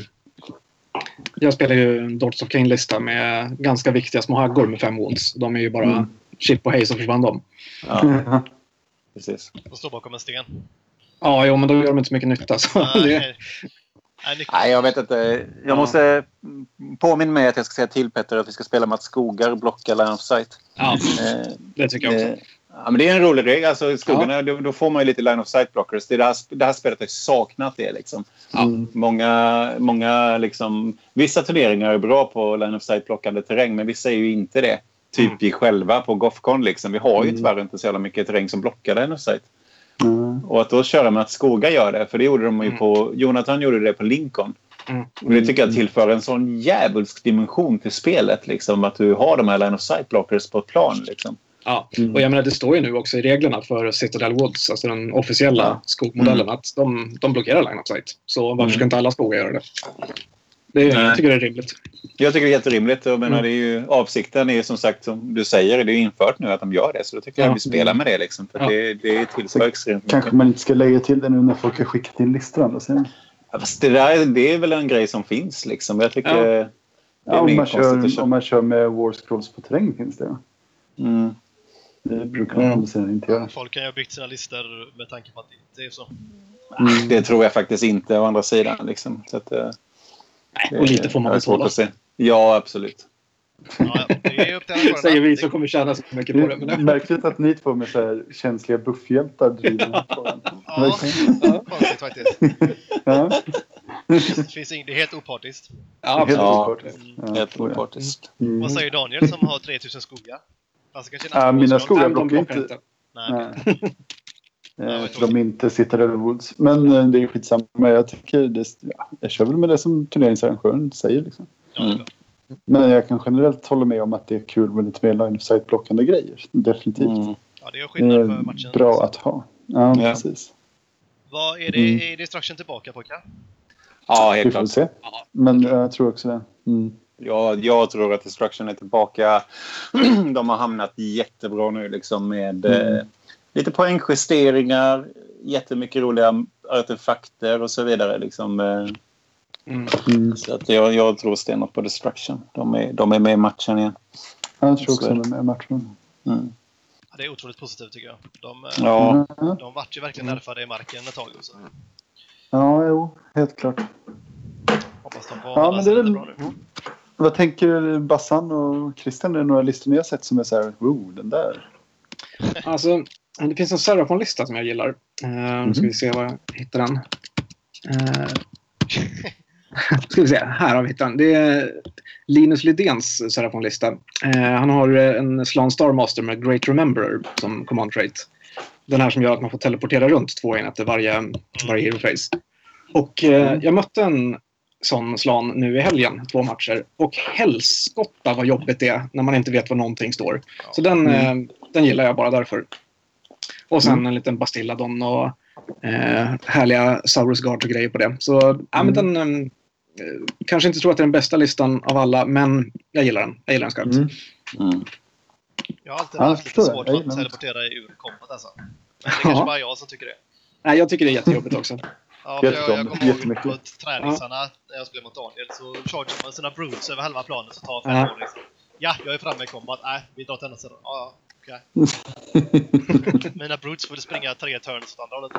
jag spelar ju en Dorts of Cain-lista med ganska viktiga små haggor med fem wounds. De är ju bara mm. chip och hej så försvann de. Ja, precis. Och står bakom en sten. Ja, jo, men då gör de inte så mycket nytta. Så Nej. det... Nej, jag vet inte. Jag måste påminna mig att jag ska säga till Petter att vi ska spela Mats Skogar och blocka Line of Sight. Ja, det tycker jag också. Ja, men det är en rolig grej. Alltså, i skogarna, ja. då, då får man ju lite Line of Sight blockers. Det, här, det här spelet har saknat det. Liksom. Ja. Många, många liksom, vissa turneringar är bra på Line of Sight blockande terräng, men vissa är ju inte det. Typ mm. vi själva på Gothcon. Liksom. Vi har ju mm. tyvärr inte så jävla mycket terräng som blockar Line of Sight. Mm. Och att då köra med att Skoga gör det, för det gjorde de ju mm. på Jonathan gjorde det på Lincoln. Mm. Och det tycker jag tillför en sån jävulsk dimension till spelet liksom, att du har de här Line of Sight blockers på ett plan liksom. Ja, och jag menar det står ju nu också i reglerna för Citadel Woods, alltså den officiella ja. skogmodellen, mm. att de, de blockerar Line of Sight. Så varför mm. ska inte alla skogar göra det? Det är, jag tycker det är rimligt. Jag tycker det är jätterimligt. Jag menar, mm. det är ju, avsikten är ju som sagt, som du säger, det är infört nu att de gör det. Så då tycker ja. jag att vi spelar med det liksom. För ja. det, det är till så extremt kanske mycket. Man inte ska lägga till det nu när folk har skickat in listan. Ja, det, där, det är väl en grej som finns liksom. Jag tycker ja. Ja, om, man kör, om man kör med War Scrolls på terräng finns det. Mm. Det brukar man mm. säga inte göra. Folk kan ju ha byggt sina listor med tanke på att det inte är så. Mm. Det tror jag faktiskt inte å andra sidan liksom. Så att, Nej, och lite får man väl tåla. Ja, absolut. Ja, det är upp till alla säger vi som kommer tjäna så mycket på det. Men det... Märkligt att ni två med så här känsliga buffhjältar driver på den. Ja, ja, konstigt faktiskt. Ja. Det finns inget, det är helt opartiskt. Ja, helt opartiskt. Ja, helt opartiskt. Mm. Vad säger Daniel som har tre tusen skogar? Alltså, ja, mina skogar blockar inte. inte. Nej, Nej. De inte sitter över Woods. Men det är skitsamma. Jag tycker det, ja, jag kör väl med det som turneringsarrangören säger liksom. Mm. Men jag kan generellt hålla med om att det är kul med lite mer line of sight blockande grejer. Definitivt. Mm. Ja, det är skillnad för matchen. Bra att ha. Ja, ja. Precis. Vad är det? Mm. Är Destruction tillbaka, pojkar? Ja, helt klart. Vi får se. Men jag tror också det. Mm. Ja, jag tror att Destruction är tillbaka. De har hamnat jättebra nu liksom med mm. eh, lite poängjusteringar, jättemycket roliga artefakter och så vidare liksom. Eh. Mm. Mm. Så att jag, jag tror stenhårt på Destruction. De är, de är med i matchen igen. Jag tror också de är med i matchen. Mm. Ja, det är otroligt positivt tycker jag. De, ja. de, de vart ju verkligen nerfade i marken ett tag. Så. Ja, jo, helt klart. Hoppas de får ja, men det är bra nu. Vad tänker Bassan och Christian? Är det några listor ni har sett som är så här, wow, den där? Alltså, det finns en Seraphon-lista som jag gillar. Uh, mm-hmm. Nu ska vi se vad jag hittar den. Uh, ska vi se, här har vi hittat den. Det är Linus Lidéns Seraphon-lista. Uh, han har en Slan Starmaster med Great Rememberer som command trait. Den här som gör att man får teleportera runt två enheter varje, varje hero phase. Och uh, jag mötte en sån slan nu i helgen, två matcher. Och helskotta vad jobbigt det är när man inte vet vad någonting står. Så den, mm. eh, den gillar jag bara därför. Och sen mm. en liten Bastilladon och eh, härliga Saurus Guards och grejer på det. Så mm. ja, men den eh, kanske inte tror att det är den bästa listan av alla, men jag gillar den. Jag gillar den skarpt. Mm. Mm. Jag har alltid haft lite svårt för att teleportera ur kombat alltså. Men det är kanske bara jag som tycker det. Nej, jag tycker det är jättejobbigt också. Ja, för Helt jag, jag om, kommer ihåg jättemycket. på träningsarna när jag spelade mot Daniel så chargear man sina brutes över halva planen så tar fem Ja. år liksom. Ja, jag är framme i combat. Nej, vi drar till andra sidan. Ja, ja, okej. Mina brutes får springa tre turns åt andra hållet.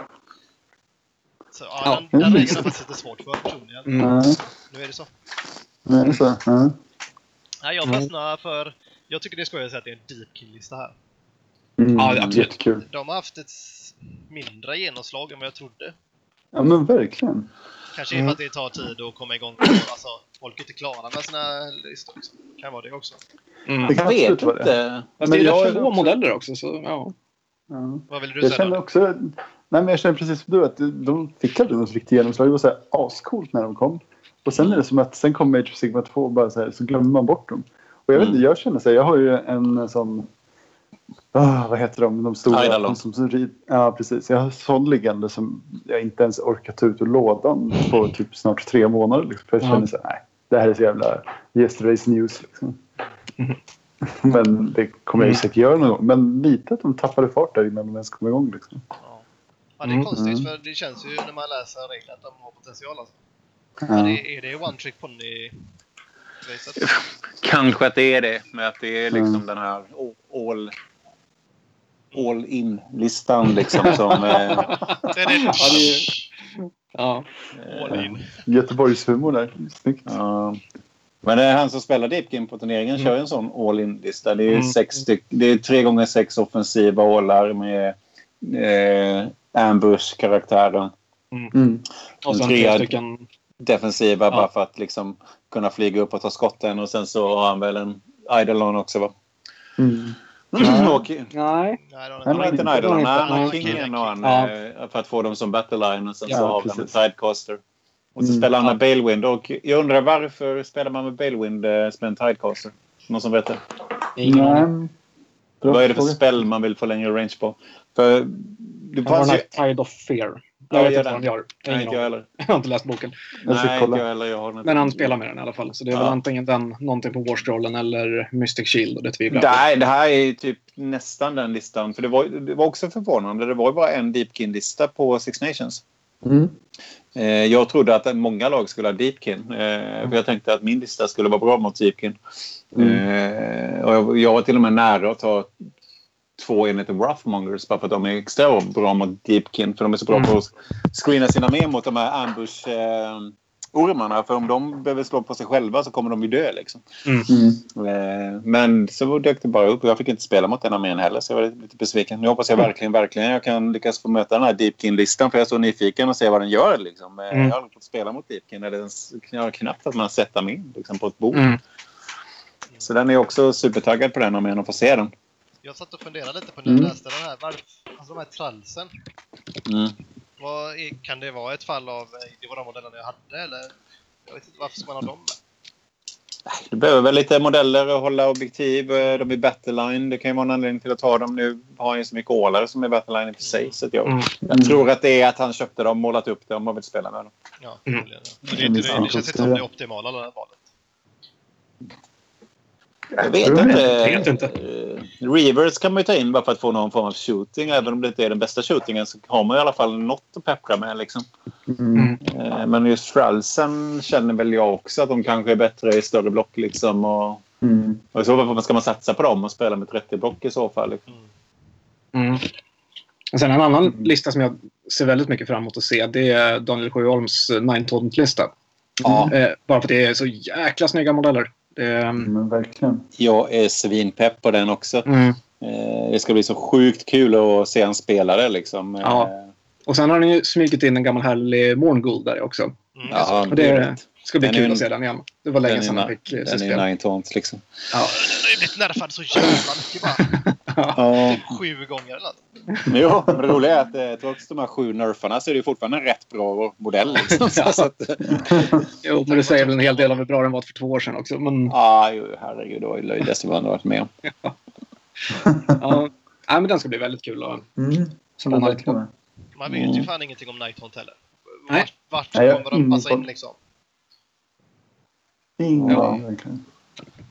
Så ja, Ja. den, den regeln är faktiskt lite svårt för personligen. Mm. Ja, Nu är det så. nej, så. Ja. Nej, jag Mm. fastnar för... Jag tycker det är skojigt att säga att det är en deep kill-lista här. Mm, Ja, absolut. jättekul. De har haft ett mindre genomslag än vad jag trodde. Ja, men verkligen. Kanske Mm. för att det tar tid att komma igång. Alltså, folk är inte klara med sina listor. Liksom. Kan vara det också. Mm. Det kan Jag vet absolut vara det. inte. Fast det är jag rätt är för få också- modeller också, så ja. Ja. Vad vill du Jag säga känner då? också... Nej, men jag känner precis som du att de fick aldrig något riktigt genomslag. Det var så här ascoolt när de kom. Och sen är det som att sen kom Age of Sigmar två och bara så här, så glömmer man bort dem. Och jag vet Mm. inte, jag känner så här, jag har ju en sån... Ah, vad heter de? De stora... Eidolon. De som, som rid, ja, precis. Jag har en sån liggande som jag inte ens orkar ta ut ur lådan på typ snart tre månader. Liksom. För jag Ja. känner så här, nej, det här är så jävla yesterday's news. Liksom. Mm. Men det kommer jag ju Mm. säkert göra någon gång. Men lite att de tappade fart där innan de ens kom igång. Liksom. Ja. Ja, det är Mm. konstigt Mm. för det känns ju när man läser regler att de har potential alltså. Ja. Men är, är det one trick pony racet? Kanske att det är det. Men att det är liksom Mm. den här all, all in-listan liksom som... Eh, Det är det. Ja, det är ju- ja. All in. Göteborgshumor där. Snyggt. Ja. Men det är han som spelar Deepkin på turneringen Mm. kör ju en sån all-in-lista. Det är, Mm. sex styck, det är tre gånger sex offensiva ålar med eh, ambush-karaktären. Mm. Och sen Tre- tre stycken... Defensiva Ja. bara för att liksom kunna flyga upp och ta skotten. Och sen så har han väl en Eidolon också va? Mm. Och, Nej. Nej, de Nej, han har inte en Eidolon. inte. Nej, han har Nej. Kingen och han, Ja. eh, för att få dem som battleline. Och sen Ja, så har han en precis. Tidecaster. Och så Mm. spelar han med Ja. Balewind. Och jag undrar varför spelar man med Balewind eh, som en Tidecaster? Någon som vet det? Ingen aning. Nej. Bra Vad är det för fråga. spel man vill få längre range på? För det Han har fanns den ju... här Tide of Fear. Ja, Jag vet gör inte den. vad han gör. Nej, Ingen inte jag aning. heller. Jag har inte läst boken. Jag ska Nej, inte kolla. jag heller. Jag har den inte. Men han spelar med den i alla fall. Så det är väl Ja. antingen den, någonting på Warscrollen eller Mystic Shield. Och det tvivlar jag på. Nej, det här är typ nästan den listan. För det var, det var också förvånande. Det var ju bara en Deepkin-lista på Six Nations. Mm. Eh, jag trodde att många lag skulle ha Deepkin. Eh, för jag tänkte att min lista skulle vara bra mot Deepkin. Eh, och jag, jag var till och med nära att ta två enheter Wrathmongers bara för att de är extra bra mot Deepkin. För de är så bra Mm. på att screena sina med mot de här ambush... Eh, ormarna, för om de behöver slå på sig själva så kommer de ju dö liksom. Mm. Eh, men så dök det bara upp och jag fick inte spela mot den armén heller så jag var lite besviken. Nu hoppas jag verkligen, verkligen jag kan lyckas få möta den här Deepkin-listan för jag är så nyfiken och se vad den gör liksom. Eh, Mm. Jag har aldrig fått spela mot Deepkin eller ens, jag har knappt att man sätter armén liksom, på ett bord. Mm. Så den är också supertaggad på den armén och få se den. Jag satt och funderade lite på när jag Mm. läste den här. Varför, alltså de här trallsen. Mm. Vad är, kan det vara ett fall av, det var de modellerna jag hade eller? Jag vet inte varför ska man ha dem med? Du behöver väl lite modeller och hålla objektiv. Eh, De är battleline. Det kan ju vara en anledning till att ta dem. Nu har jag ju så mycket ålare som är battleline i och för sig. Så att jag, Mm. jag tror att det är att han köpte dem, målat upp dem och vill spela med dem. Ja, Mm. förmodligen. Ja. Men det, är inte, det, det känns inte som det optimala det här valet. Jag vet Jag inte. vet inte. Eh, Reavers kan man ju ta in bara för att få någon form av shooting. Även om det inte är den bästa shootingen så har man i alla fall något att peppra med. Liksom. Mm. Eh, men just Fralsen känner väl jag också att de kanske är bättre i större block. Liksom, och, Mm. och i så fall ska man satsa på dem och spela med trettio block i så fall. Liksom. Mm. Mm. Och sen en annan lista som jag ser väldigt mycket fram emot att se. Det är Daniel Sjöholms Nine Taunt-lista. Ja. Eh, bara för att det är så jäkla snygga modeller. Det, är- Men verkligen. Jag är svinpepp på den också. mm. Eh, det ska bli så sjukt kul att se han spela det. Liksom. Ja. Eh, Och sen har ni ju smugit in en gammal härlig Morngul där också. Mm. ja, Och det vet. ska bli Den är kul ju- att se den igen. Det var länge Den är sedan na- man fick eh, se Den är spel. Nine Taunts liksom. Ja. Den har ju blivit nerfad så jävla mycket bara. Ja. Typ sju gånger eller något. Jo, men det roliga är att eh, trots de här sju nerfarna så är det ju fortfarande en rätt bra modell. Liksom. Ja. Så att, Jo, men det säger väl en hel del om hur bra den var för två år sedan också. Men, ah, jo, herregud, det var ju löjligaste man har varit med om. ja. Ja, men den ska bli väldigt kul. Och, Mm. som den har lite Verkligen. på. Man vet ju Mm. fan ingenting om Night Hunt heller. Nej. Vart, vart Nej, jag- kommer de passa ingen in liksom? Ingen Ja. aning, verkligen.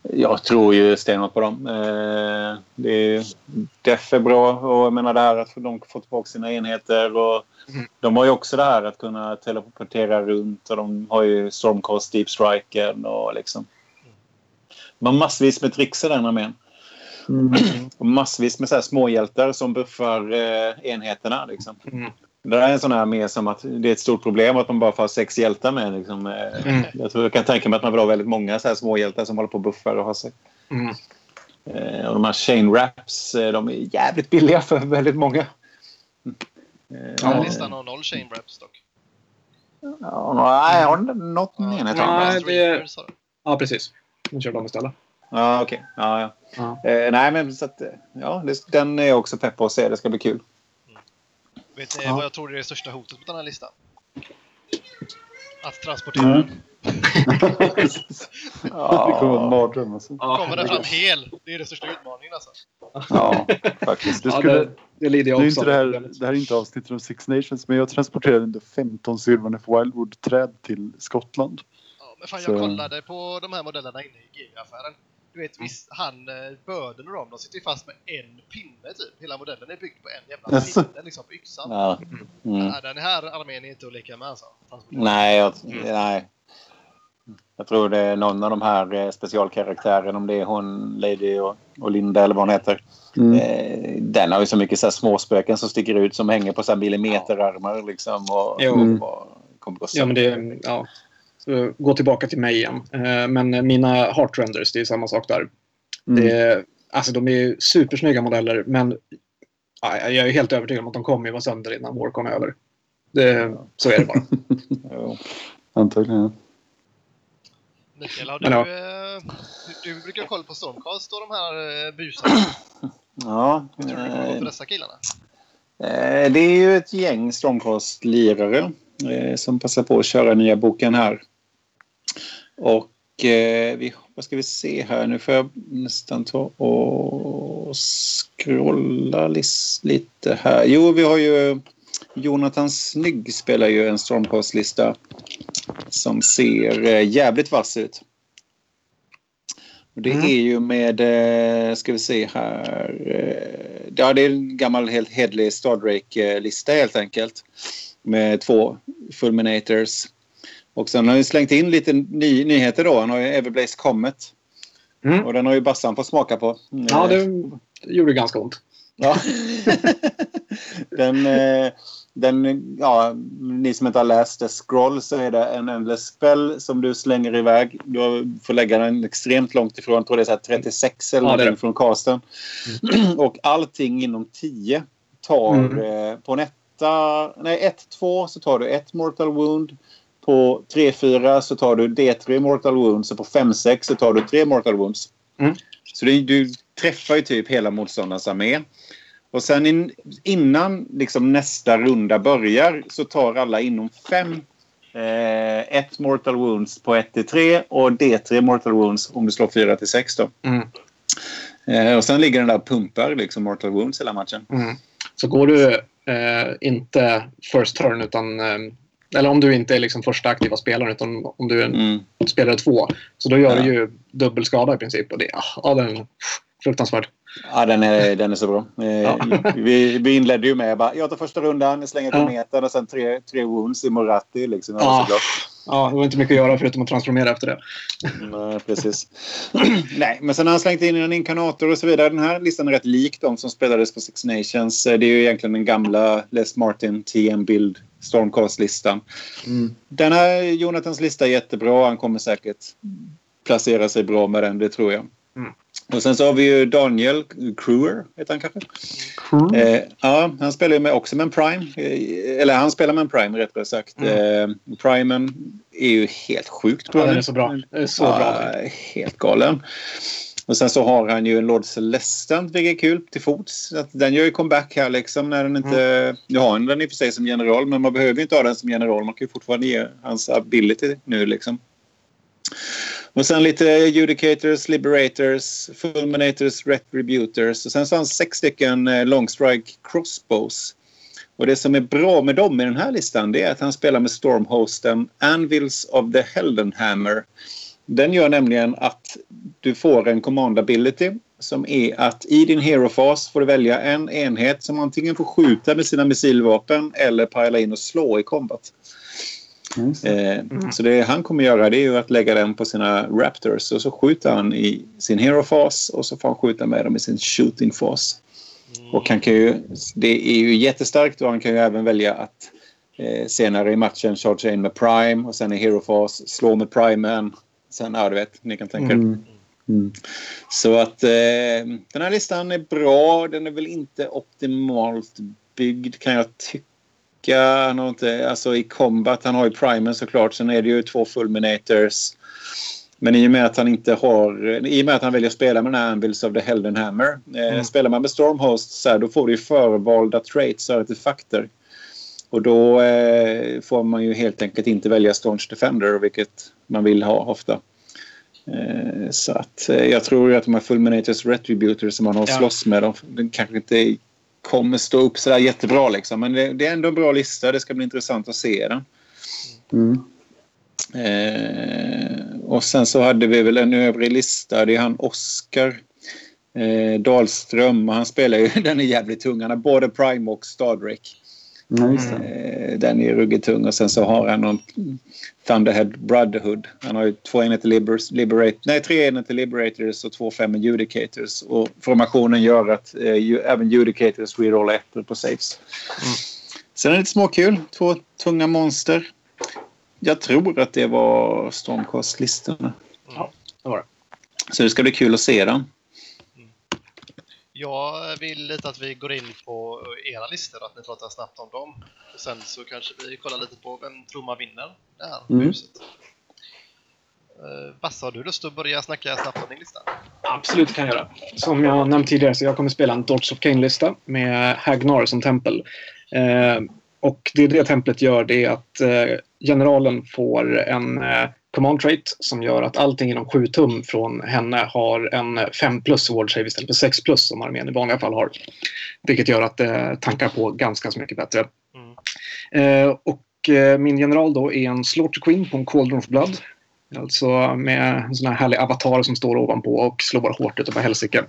Jag tror ju stenhårt på dem. Eh, det är, Def är bra och jag menar det här att de får tillbaka sina enheter och mm. de har ju också det här att kunna teleportera runt och de har ju Stormcast, Deep Striker och liksom man har massvis med tricks i den armén. Mm. Och massvis med så här småhjältar som buffar eh, enheterna liksom. Mm. Det är en sån här med som att det är ett stort problem att man bara får sex hjältar med. Liksom. Mm. Jag tror jag kan tänka mig att man vill ha väldigt många så här små hjältar som håller på att buffa och ha sig. Mm. Eh, och de här chain wraps, de är jävligt billiga för väldigt många. Eh, ja, listan har noll chain wraps dock. Ja, nej, jag har något ja, enhet. Ja, det... ja, precis. Nu kör de istället. Ja, okej. Okay. Ja, ja. ja. Eh, nej, men så att, ja, det, den är jag också pepp på att se. Det ska bli kul. Vet ni ja. vad jag tror är det största hotet på den här listan? Att transportera den. Mm. Ja, det kommer vara en mardröm alltså. Kommer den fram hel? Det är det största utmaningen alltså. Ja, faktiskt. Det, skulle, ja, det, det lider jag det är också. Inte det, här, det här är inte avsnittet om Six Nations, men jag transporterade ändå femton Sylvaneth Wildwood-träd till Skottland. Ja, men fan, jag kollade på de här modellerna inne i G W-affären. Du vet, visst, han, Böden och de, de sitter ju fast med en pinne typ. Hela modellen är byggd på en jävla yes. pinne, liksom på yxan. Ja. Mm. Ja, den här armén är inte att leka med alltså. Nej, jag, mm. nej. Jag tror det är någon av de här specialkaraktärerna, om det är hon, Lady och, och Linda eller vad hon heter. Mm. Eh, den har ju så mycket så här småspöken som sticker ut som hänger på så här millimeterarmar liksom. Och, jo. Och, och, kommer gå ja, men det är... Ja. Gå tillbaka till mig igen. Men mina Heartrenders, det är samma sak där. Mm. Det, alltså de är supersnygga modeller, men ja, jag är helt övertygad om att de kommer ju vara sönder innan vår kommer över. Det, så är det bara. Ja, antagligen. Ja. Mikael, har du, ja. du, du brukar kolla på Stormcast och de här busarna. Ja. Hur tror du det kommer på dessa killarna? Det är ju ett gäng Stormcast-lirare som passar på att köra nya boken här. Och eh, vi, vad ska vi se här? Nu får jag nästan ta och scrolla lite här. Jo, vi har ju Jonathan Snygg spelar ju en Stormcast-lista som ser eh, jävligt vass ut. Och det mm. är ju med, eh, ska vi se här. Eh, ja, det är en gammal helt hedlig Stardrake-lista helt enkelt. Med två Fulminators. Och sen har vi slängt in lite ny, nyheter då. Han har ju Everblaze Comet. Mm. Och den har ju Bassan fått smaka på. Ja, det gjorde ganska ont. Ja. den, den, ja, ni som inte har läst det, Scroll, så är det en endless spell som du slänger iväg. Du får lägga den extremt långt ifrån. Jag tror det är så här trettiosex eller ja, någonting från casten. Mm. Och allting inom tio tar mm. på nät. Nej, ett två så tar du ett Mortal Wound. På tre fyra så tar du D tre Mortal Wounds. Och på fem sex så tar du tre Mortal Wounds. Mm. Så det, du träffar ju typ hela motståndarens armé. Och sen in, innan liksom nästa runda börjar så tar alla inom fem eh, ett Mortal Wounds på ett till tre. Och D tre Mortal Wounds om du slår fyra till sex då. Mm. Eh, och sen ligger den där och pumpar liksom Mortal Wounds hela matchen. Mm. Så går du eh, inte first turn utan eh, eller om du inte är liksom första aktiva spelaren utan om du är en mm. spelare två, så då gör ja. du ju dubbelskada i princip och det ja, den är fruktansvärd. Ja, den är, den är så bra. Ja. vi, vi inledde ju med bara, jag tar första rundan, jag slänger kometen ja. och sen tre, tre wounds i Moratti liksom. Ja. Ja, det var inte mycket att göra förutom att transformera efter det. Nej, precis. Nej, men sen har han slängt in en inkarnator och så vidare. Den här listan är rätt lik de som spelades på Six Nations. Det är ju egentligen den gamla Les Martin T M-bild Stormcast-listan. Mm. Den här Jonathans lista är jättebra. Han kommer säkert placera sig bra med den, det tror jag. Mm. Och sen så har vi ju Daniel Kruger, heter han kanske? Mm. Eh, ja, han spelar ju med, också med en Prime. Eh, eller han spelar med en Prime, rättare sagt. Mm. Eh, Primen är ju helt sjukt bra. Ja, den är så bra. Det är så ja, bra. Helt galen. Och sen så har han ju en Lord Celestant, vilket är kul, till fots. Att den gör ju comeback här liksom, när den inte... Mm. Jag har den i och för sig som general, men man behöver inte ha den som general. Man kan ju fortfarande ge hans ability nu liksom. Och sen lite Judicators, Liberators, Fulminators, Retributors. Och sen så har han sex stycken Longstrike Crossbows. Och det som är bra med dem i den här listan, det är att han spelar med Stormhosten Anvils of the Heldenhammer. Den gör nämligen att du får en command ability som är att i din hero-fas får du välja en enhet som antingen får skjuta med sina missilvapen eller pila in och slå i combat. Mm. Eh, så det han kommer göra, det är ju att lägga den på sina Raptors och så skjuter han i sin hero-fas och så får han skjuta med dem i sin shooting-fas. Mm. Och han kan ju, det är ju jättestarkt och han kan ju även välja att eh, senare i matchen charge in med Prime och sen i hero-fas slå med Primen. Sen, ja du vet, ni kan tänka Mm. Mm. Så att eh, den här listan är bra. Den är väl inte optimalt byggd kan jag tycka. Han har inte, alltså i combat, han har ju Primen såklart. Sen är det ju två fulminators. Men i och med att han inte har, i och med att han väljer att spela med den här Anvils of the Helden Hammer. Eh, mm. Spelar man med Stormhost så här, då får du ju förvalda traits och artefakter. Och då eh, får man ju helt enkelt inte välja Staunch Defender, vilket man vill ha ofta. Eh, så att eh, jag tror att de här Fulminators Retributors som man har ja. slåss med, de, de kanske inte kommer stå upp så där jättebra liksom. Men det, det är ändå en bra lista, det ska bli intressant att se den. Mm. Eh, och sen så hade vi väl en övrig lista, det är han Oscar eh, Dahlström, och han spelar ju, den är jävligt tung, han har både Prime och Stardrek. Mm. Eh, den är ruggigt tung och sen så har han någon Thunderhead Brotherhood. Han har ju två enheter liber- liberate, nej, tre enheter Liberators och två fem Adjudicators. Och formationen gör att eh, ju, även Adjudicators reroll ett på saves. Mm. Sen är det lite småkul. Två tunga monster. Jag tror att det var Stormcast-listorna. Ja, det var det. Så det ska bli kul att se den. Jag vill lite att vi går in på era listor, att ni pratar snabbt om dem. Och sen så kanske vi kollar lite på vem tror man vinner det här mm. huset. Uh, Bassa, har du lust att börja snacka snabbt om din lista? Absolut kan jag göra. Som jag nämnt tidigare så jag kommer spela en Dorks of Cain-lista med Hagnar som tempel. Uh, och det det templet gör, det är att uh, generalen får en uh, command trait som gör att allting inom sju tum från henne har en fem plus ward save istället för sex plus som armén i vanliga fall har. Vilket gör att det uh, tankar på ganska så mycket bättre. Mm. Uh, och uh, min general då är en Slaughter Queen på en Cauldron of Blood. Alltså med en sån här härlig avatar som står ovanpå och slår hårt utav helsike.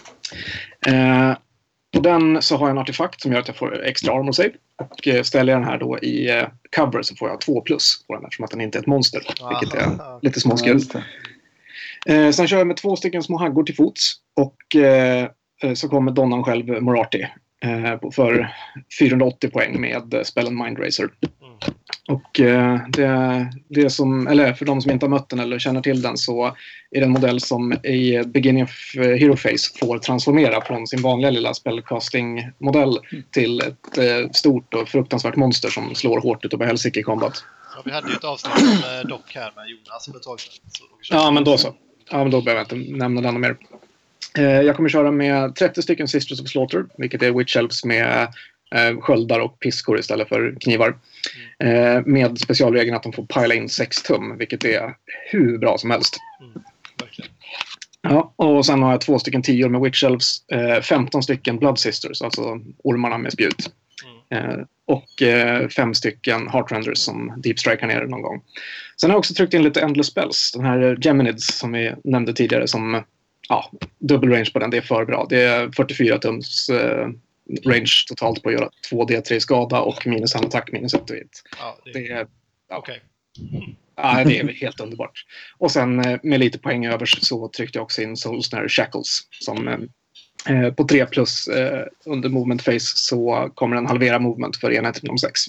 Uh, På den så har jag en artefakt som gör att jag får extra armor save. Och ställer jag den här då i uh, cover så får jag två plus på den eftersom att den inte är ett monster. Aha, vilket är aha. lite småskul. Uh, sen kör jag med två stycken små haggor till fots. Och uh, så kommer Donnan själv Morati. Uh, för fyrahundraåttio poäng med spellen Mindraiser. Mm. Och uh, det, det som, eller för de som inte har mött den eller känner till den så är det en modell som i beginning of hero phase får transformera från sin vanliga lilla spellcasting-modell mm. till ett uh, stort och fruktansvärt monster som slår hårt utav helsike i combat. Ja, vi hade ju ett avsnitt med Doc här med Jonas för ett tag sedan. Ja, men då så. Ja, men då behöver jag inte nämna den mer. Jag kommer köra med trettio stycken Sisters of Slaughter, vilket är Witch Elves med eh, sköldar och piskor istället för knivar. Mm. Eh, med specialregeln att de får pila in sex tum, vilket är hur bra som helst. Mm, verkligen. Ja, och sen har jag två stycken tior med Witch Elves, eh, femton stycken Blood Sisters, alltså ormarna med spjut. Mm. Eh, och eh, fem stycken Heartrenders som Deep Strike ner någon gång. Sen har jag också tryckt in lite Endless Spells, den här Geminids som vi nämnde tidigare som... Ja, dubbel range på den, det är för bra. Det är fyrtiofyra tums eh, range totalt på att göra två D tre skada och minus en attack, minus ett hit. Ja, det är... Det är, ja. Okay. Ja, det är helt underbart. Och sen eh, med lite poäng över så tryckte jag också in Soulsnare Shackles som eh, på tre plus eh, under movement phase så kommer den halvera movement för enhet inom sex.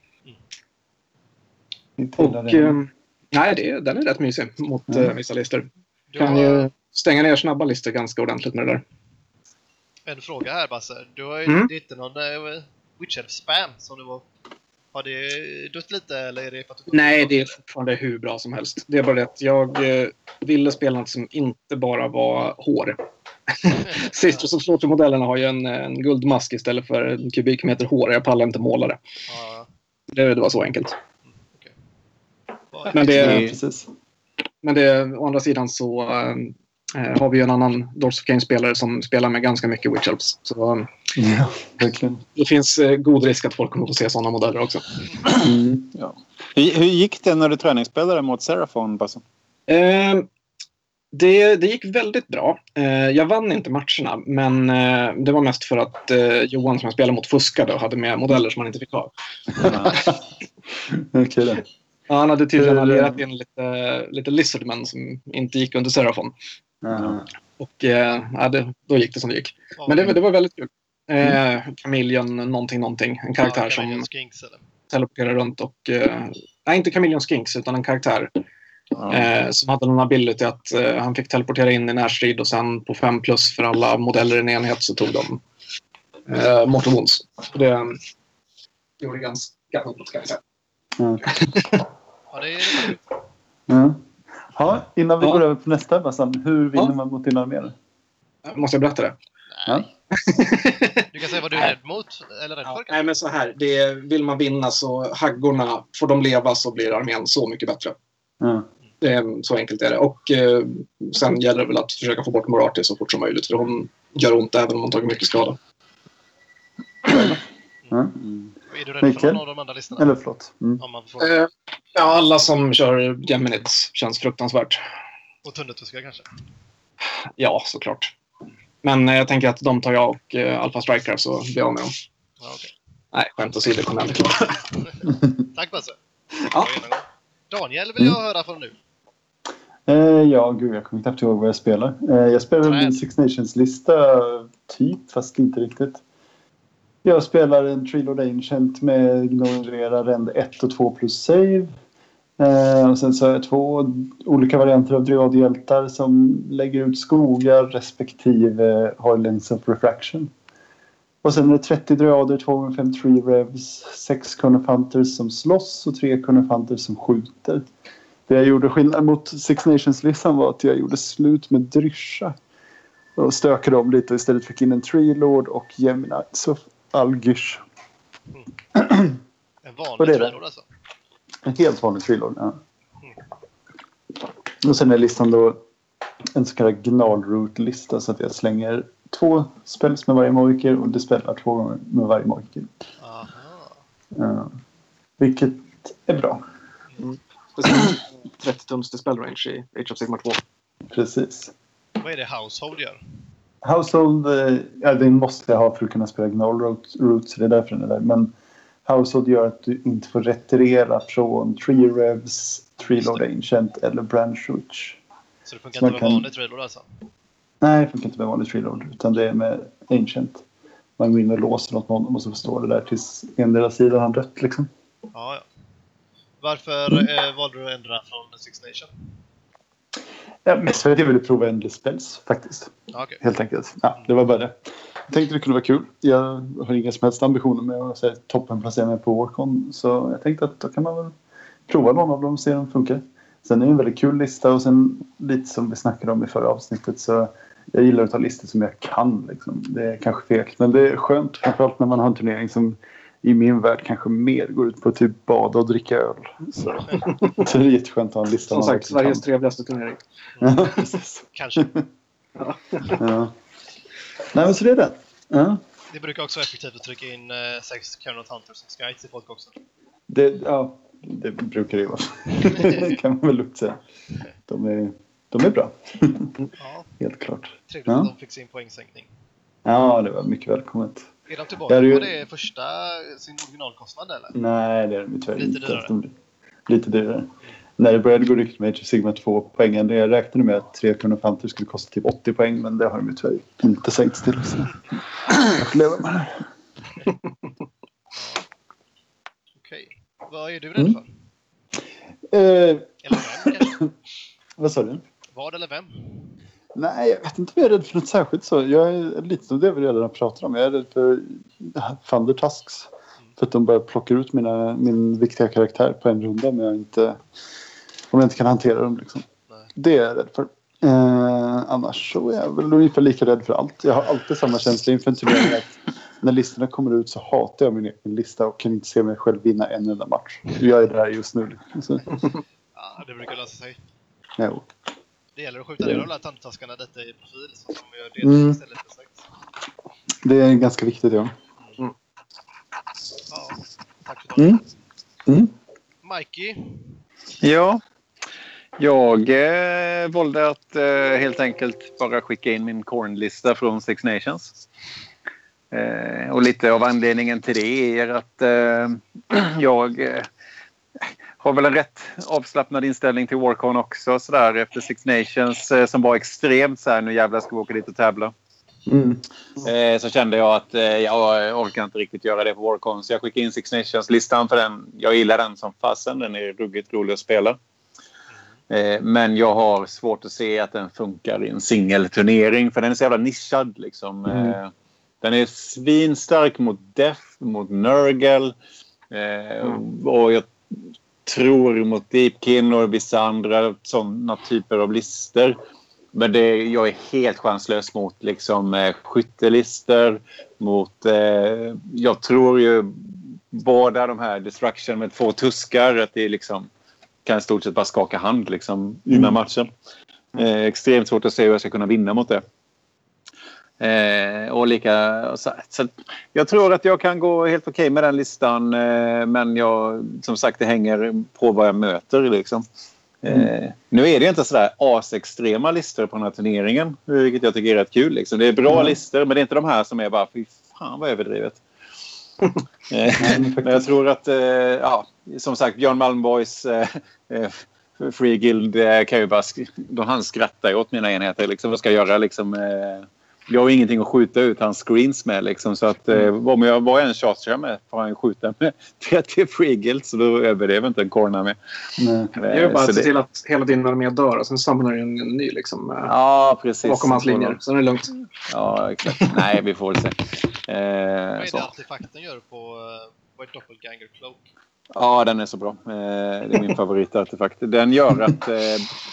Mm. Och eh, nej, det, den är rätt mysig mot mm. eh, vissa listor. Kan ju stänga ner snabba listor ganska ordentligt med det där. En fråga här, Basse. Du har ju mm. inte någon uh, Witch Elf spam som du var... Har det dött lite eller är det för att du... Nej, det är fortfarande hur bra som helst. Det är bara det att jag uh, ville spela något som inte bara var hår. Sisters som Slaughter-modellerna har ju en, en guldmask istället för en kubikmeter hår. Jag pallar inte måla det. Ja. Det, det var så enkelt. Mm, okay. Men det... Ja, precis. Men det, å andra sidan så äh, har vi ju en annan Dorks of Cain-spelare som spelar med ganska mycket Witch Elves. Så ja, verkligen. Det finns äh, god risk att folk kommer att se sådana modeller också. Mm, ja. hur, hur gick det när du träningsspelade mot Seraphon, Basse? Eh, det, det gick väldigt bra. Eh, jag vann inte matcherna, men eh, det var mest för att eh, Johan som jag spelade mot fuskade och hade med modeller som han inte fick ha. Okej okay, då. Ja, han hade tydligen Hur, allierat in lite, lite Lizardmen som inte gick under Seraphon. Uh, Och eh, ja, det, då gick det som det gick. Men det, det var väldigt kul. Eh, Chameleon någonting någonting. En karaktär ja, som Skinks, eller? teleporterar runt och... Eh, nej, inte Chameleon Skinks utan en karaktär. ja. Eh, som hade någon ability att eh, han fick teleportera in i närstrid och sen på fem plus för alla modeller i en enhet så tog de eh, Mortal Wounds. Och det um, gjorde ganska coolt, ska jag säga. Ja. Ja, det är det. Ja. Ja, innan vi Ja. går över på nästa, Bassan, hur vinner Ja. man mot dina arméer? Måste jag berätta det? Ja. Du kan säga vad du är rädd mot, eller rädd Ja, för. nej, men så här. Det, vill man vinna så haggorna, får de leva så blir armén så mycket bättre. Ja. Det är, så enkelt är det. Och eh, sen gäller det väl att försöka få bort Morati så fort som möjligt. För hon gör ont även om hon tagit mycket skada. Ja. Är du rädd för Mikael? någon av de andra listorna? Eller förlåt. Mm. Om man får... Eh, ja, alla som kör Geminids känns fruktansvärt. Och Tunnetuskar kanske? Ja, såklart. Men eh, jag tänker att de tar jag och eh, Alpha Striker så blir jag med dem. Ja, okej. Nej, skämt åsido kommer jag aldrig klara. Tack Basse. Ja. Daniel vill jag höra från nu. Eh, ja, gud, jag kommer knappt ihåg vad jag spelar. Eh, jag spelar Träd. min Six Nations-lista, typ, fast inte riktigt. Jag spelar en Trilord Ancient med ignorera rände ett och två plus save. Eh, och sen så har jag två olika varianter av Dryadhjältar som lägger ut skogar respektive har Lens of Refraction. Och sen är det trettio Dryader, två gånger fem Tree Revs, sex Cone Hunters som slåss och tre Cone Hunters som skjuter. Det jag gjorde skillnad mot Six Nations-listan var att jag gjorde slut med Drysha. Och stökade om lite och istället fick in en Tree Lord och Gemini. Så Algysh. En Vad vanlig är det? tränor alltså. En helt vanlig Tree Lord, ja. Och sen är listan då en så kallad Gnarl-root-lista så att jag slänger två spells med varje magiker och det spelar två gånger med varje magiker. Aha. Ja. Vilket är bra. trettio tums till spell range i Age of Sigmar två. Precis. Vad är det Household gör? Household, eh, ja, den måste jag ha för att kunna spela Gnarl-root, så det är därför den är där. Men Household gör att du inte får retirera från Tree Revs, Tree Lord Ancient eller Branch Witch. Så det funkar Så inte man med kan- vanlig tränor alltså? Nej, det funkar inte med vanlig Tree Lord, utan det är med Ancient. Man går in och låser något med honom och så står det där tills endera sidan har dött liksom. Ja, ja. Varför eh, valde du att ändra från Six Nation? Ja, mest för att jag ville prova Endless Spells faktiskt. Ja, okej. Helt enkelt. Ja, det var bara det. Jag tänkte det kunde vara kul. Jag har inga som helst ambitioner med att säga, toppenplacera mig på Warcon. Så jag tänkte att då kan man väl prova någon av dem och se om de funkar. Sen är det en väldigt kul lista och sen lite som vi snackade om i förra avsnittet så jag gillar att ta listor som jag kan. Liksom. Det är kanske fegt men det är skönt framförallt när man har en turnering som i min värld kanske mer går ut på typ bada och dricka öl. Så, så det är jätteskönt att ha en lista. Som man sagt, verkligen Sveriges kan. trevligaste turnering. Ja, precis. Kanske. Ja. Nej men så det är det. Ja. Det brukar också vara effektivt att trycka in eh, sex Covenant Hunters som Skites i folk också. Det, ja, det brukar det vara. Det kan man väl lugnt säga. De är, de är bra. Ja, Helt klart. trevligt Ja. att de fick sin poängsänkning. Ja, det var mycket välkommet. Är de tillbaka Det är ju- på det första, sin originalkostnad eller? Nej, det är de ju tyvärr Lite inte. dyrare. De, lite dyrare. När det började gå riktigt med Age of Sigmar två poängen. Jag räknade med att tre Cone Hunters skulle kosta typ åttio poäng. Men det har de ju tyvärr inte sänkt till. Så jag får leva med det. Okej. Vad är du rädd Mm. för? Eh, Eller vem kanske? vad sa du? Vad eller vem? Nej, jag vet inte om jag är rädd för något särskilt så. Jag är lite som det vi redan pratar om. Jag är rädd för Thunder Tusks. För att de bara plockar ut mina, min viktiga karaktär på en runda. Men jag inte, om jag inte kan hantera dem liksom. Nej. Det är jag rädd för. Eh, annars så är jag väl ungefär lika rädd för allt. Jag har alltid samma känsla inför en turnering att när listorna kommer ut så hatar jag min egen lista och kan inte se mig själv vinna en enda match. Jag är där just nu. Så, Ja, det brukar lösa sig. ja. Det gäller att skjuta ner de där tandtaskarna lite i profil så att de gör det Mm. istället för sex. Det är ganska viktigt, ja. Ja, tack för det. Mm. Mm. Mikey, Ja, Jag eh, valde att eh, helt enkelt bara skicka in min Korn-lista från Six Nations. Eh, och lite av anledningen till det är att eh, jag eh, har väl en rätt avslappnad inställning till Warcon också så där, efter Six Nations eh, som var extremt så här, nu jävlar ska vi åka dit och tävla. Mm. Eh, så kände jag att eh, jag orkar inte riktigt göra det på Warcon, så jag skickade in Six Nations-listan för den. Jag gillar den som fasen, den är ruggigt rolig att spela. Eh, men jag har svårt att se att den funkar i en singelturnering, för den är så jävla nischad liksom. Mm. Eh, den är svinstark mot Death, mot Nurgle eh, mm. och jag tror mot Deepkin och vissa andra sådana typer av lister. Men det, jag är helt chanslös mot liksom, eh, skyttelister. Mot, eh, jag tror ju båda de här Destruction med två tuskar att det liksom, kan i stort sett bara skaka hand liksom, innan mm. matchen. Eh, extremt svårt att se hur jag ska kunna vinna mot det. Eh, och lika, så, så, jag tror att jag kan gå helt okej med den listan. Eh, men jag, som sagt, det hänger på vad jag möter liksom. Mm. Eh, nu är det inte sådär asextrema listor på den här turneringen, vilket jag tycker är rätt kul liksom. Det är bra mm. listor, men det är inte de här som är bara fy fan vad överdrivet. eh, men jag tror att eh, ja, som sagt, Björn Malmborgs eh, Free Guild eh, kan ju bara sk- han skrattar åt mina enheter liksom. Vad ska jag göra liksom? Eh, jag har ingenting att skjuta ut hans screens med liksom, så att eh, om jag var en charger med får han skjuta med trettio Free Guild, så då överlever inte en corner med. Nej. Det är bara att se till att hela din armé dör och sen samlar du en ny liksom. Eh, ja, precis. Bakom hans linjer, så är det lugnt. Ja, exakt. Nej, vi får väl se. Eh, Vad är så. det artefakten gör på White Doppelganger Cloak? Ja, den är så bra. Eh, det är min favoritartefakt. Den gör att eh,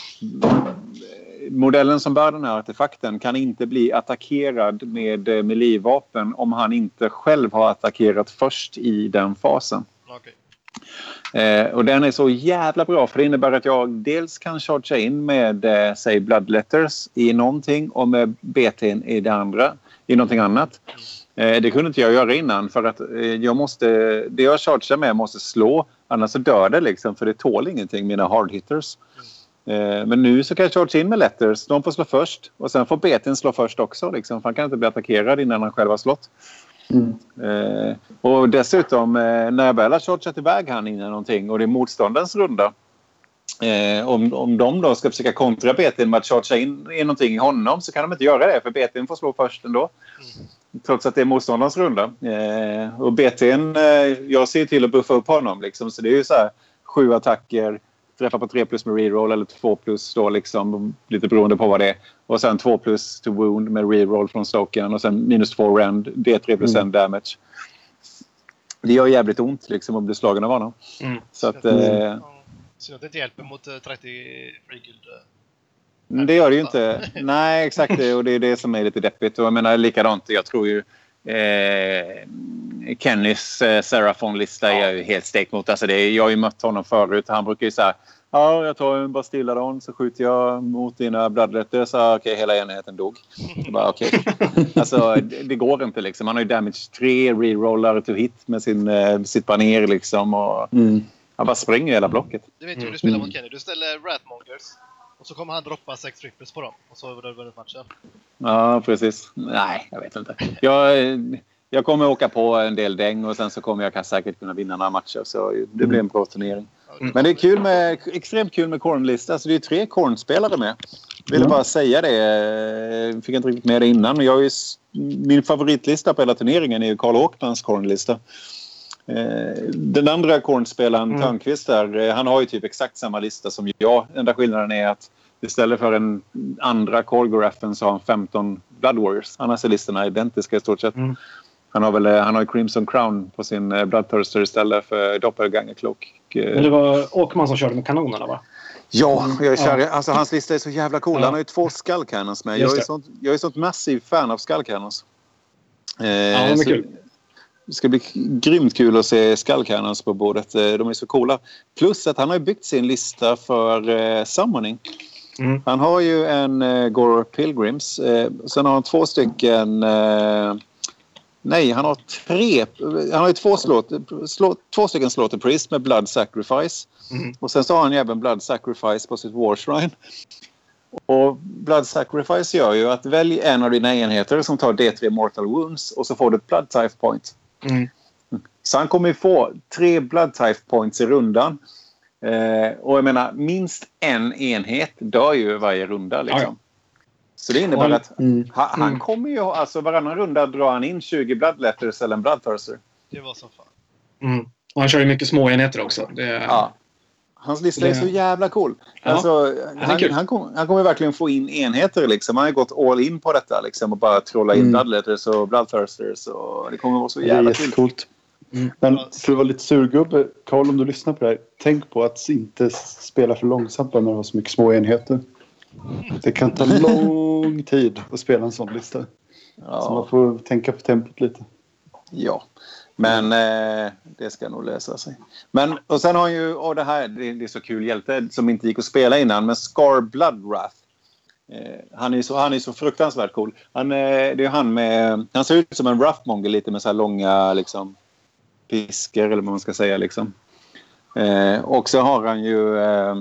modellen som bär den här artefakten kan inte bli attackerad med eh, melee-vapen om han inte själv har attackerat först i den fasen. Okay. Eh, och den är så jävla bra, för det innebär att jag dels kan chargea in med eh, säg Bloodletters i någonting och med B T:n i det andra, i någonting annat. Eh, det kunde inte jag göra innan, för att eh, jag måste, det jag chargear med måste slå, annars så dör det liksom, för det tål ingenting, mina hard hitters. Eh, men nu så kan jag charge in med letters, de får slå först och sen får B T:n slå först också liksom, för han kan inte bli attackerad innan han själv har slått. Mm. Eh, och dessutom eh, när jag väl har chargeat iväg han innan någonting och det är motståndarens runda, eh, om, om de då ska försöka kontra B T:n med att chargea in i någonting i honom, så kan de inte göra det, för B T:n får slå först ändå. Mm. Trots att det är motståndarens runda. Eh, och B T:n, eh, jag ser till att buffa upp honom liksom, så det är ju så här sju attacker, träffa på tre plus med reroll eller två plus då liksom, lite beroende på vad det är. Och sen två plus to wound med reroll från stoken och sen minus två rend, D tre plus mm. damage. Det gör jävligt ont liksom att bli slagen av honom. Mm. Så att... Eh, så att det inte hjälper mot trettio Free Guild. Det gör det ju inte. Nej, exakt det. Och det är det som är lite deppigt. Och jag menar likadant, jag tror ju eh, Kennys eh, Seraphon-lista är jag ju helt stekt mot. Alltså det är, jag har ju mött honom förut. Han brukar ju säga, ja, jag tar en Bastilladon så skjuter jag mot dina Bloodletters. Så okej, hela enheten dog. Jag bara, okej. Alltså det, det går inte liksom. Han har ju damage tre, rerollar to hit med sin, eh, sitt baner liksom. Och mm. han bara springer hela blocket. Du vet ju hur du spelar mot Kenny. Du ställer Ratmongers. Och så kommer han droppa sex trippers på dem. Och så har du vunnit matchen. Ja, precis. Nej, jag vet inte. Jag, jag kommer åka på en del däng. Och sen så kommer jag säkert kunna vinna några matcher. Så det blir en bra turnering. Mm. Men det är kul med, extremt kul med Korn-lista. Alltså det är tre Korn-spelare med. Jag ville mm. bara säga det. Jag fick inte riktigt med det innan. Men jag är, min favoritlista på hela turneringen är ju Karl Åkmans Korn-lista. Den andra Korn-spelaren mm. Törnqvist där, han har ju typ exakt samma lista som jag. Enda skillnaden är att istället för en andra Korgoraffen så har han femton Blood Warriors. Annars är listorna identiska i stort sett. Mm. Han har väl han har Crimson Crown på sin Bloodthirster istället för Doppelganger Cloak. Men det var Åkman som körde med kanonerna, va? Ja, jag är kär. Ja. Alltså, hans lista är så jävla cool. Ja. Han har ju två Skull Cannons med. Jag är, sånt, jag är sånt massiv fan av Skull Cannons. Eh, ja, de är kul. Det ska bli grymt kul att se Skull Cannons på bordet. De är så coola. Plus att han har byggt sin lista för eh, summoning. Mm. Han har ju en eh, Gore Pilgrims. Eh, sen har han två stycken... Eh, Nej, han har tre. Han har ju två, slaughter, slå, två stycken Slaughter Priest med Blood Sacrifice. Mm. Och sen så har han ju även Blood Sacrifice på sitt War Shrine. Och Blood Sacrifice gör ju att välj en av dina enheter som tar D tre Mortal Wounds och så får du ett Blood Type Point. Mm. Så han kommer ju få tre Blood Type Points i rundan. Eh, och jag menar, minst en enhet dör ju varje runda liksom. Ja, ja. Så det innebär att mm. han, han Mm. kommer ju, alltså varannan runda drar han in tjugo Bloodletters eller en Bloodthirster. Det var som fan. Mm. Och han kör ju mycket små enheter också. Det... Ja. Hans lista är så jävla cool. Ja. Alltså, han, han, kom, han kommer verkligen få in enheter liksom. Han har gått all in på detta liksom och bara trolla in mm. Bloodletters och Bloodthirsters och det kommer vara så jävla kul. Coolt. Mm. Men för att vara lite surgubbe, Carl, om du lyssnar på det här, tänk på att inte spela för långsamt när du har så mycket små enheter. Det kan ta lång tid att spela en sån lista. Ja. Så man får tänka på tempot lite. Ja, men eh, det ska nog lösa sig. Men, och sen har han ju, och det här, det, det är så kul hjälte som inte gick att spela innan, men Scar Bloodwrath. Eh, han är så han är så fruktansvärt cool. Han, eh, det är han med, han ser ut som en Roughmonger lite med så här långa liksom piskor eller vad man ska säga liksom. Eh, och så har han ju eh,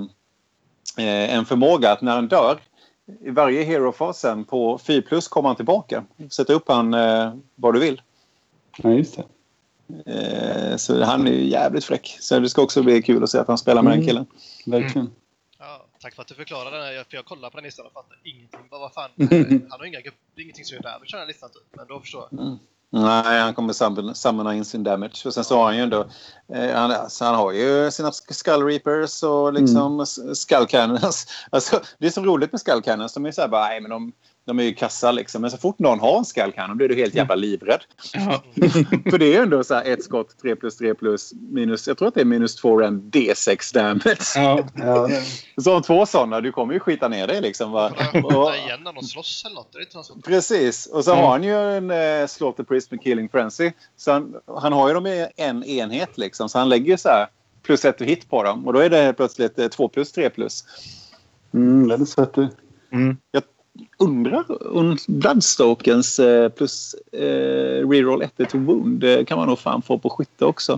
en förmåga att när han dör i varje hero-fasen på fyra plus kommer han tillbaka. Sätta upp han eh, vad du vill. Ja, just det. Eh, så han är ju jävligt fräck. Så det ska också bli kul att se att han spelar med mm. den killen. Verkligen. Mm. Ja, tack för att du förklarade den här. För jag kollade på den listan och fattade ingenting. Vad, vad fan? Han har inga, ingenting som gör damage den här listan typ. Men då förstår jag. Mm. Nej, han kommer summona, summona in sin damage. Och sen så har han ju ändå... Eh, han, alltså, han har ju sina Skull Reapers och liksom mm. Skull Cannons. Alltså, det är så roligt med Skull Cannons. De är så här bara, nej men de... De är ju kassa liksom. Men så fort någon har en Skull Cannon blir du helt jävla livrädd. Ja. För det är ju ändå så här ett skott, tre plus tre plus minus, jag tror att det är minus två en D sex damage. Ja. Ja. Så om två sådana, du kommer ju skita ner dig liksom. Va? Och igen när de slåss eller något. Det är inte så. Precis. Och så mm. har han ju en uh, Slaughter Priest med Killing Frenzy. Så han, han har ju dem i en enhet liksom. Så han lägger ju så här plus ett hit på dem. Och då är det plötsligt uh, två plus tre plus. Mm, det är svettig. Mm. Jag undrar om Bloodstokens eh, plus eh, reroll ett till wound eh, kan man nog fan få på skytte också.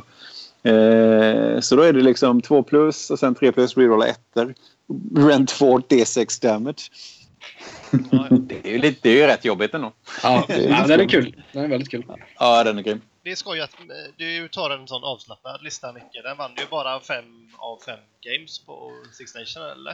Eh, så då är det liksom två plus och sen tre plus reroll ett. Rent två D sex damage. Ja, det är ju lite, det är ju rätt jobbigt ändå. Ja, det är, ja, den är kul. Den är väldigt kul. Ja, den är grym. Det är skoj att du tar en sån avslappnad lista, Micke. Den vann ju bara fem av fem games på Six Nations, eller?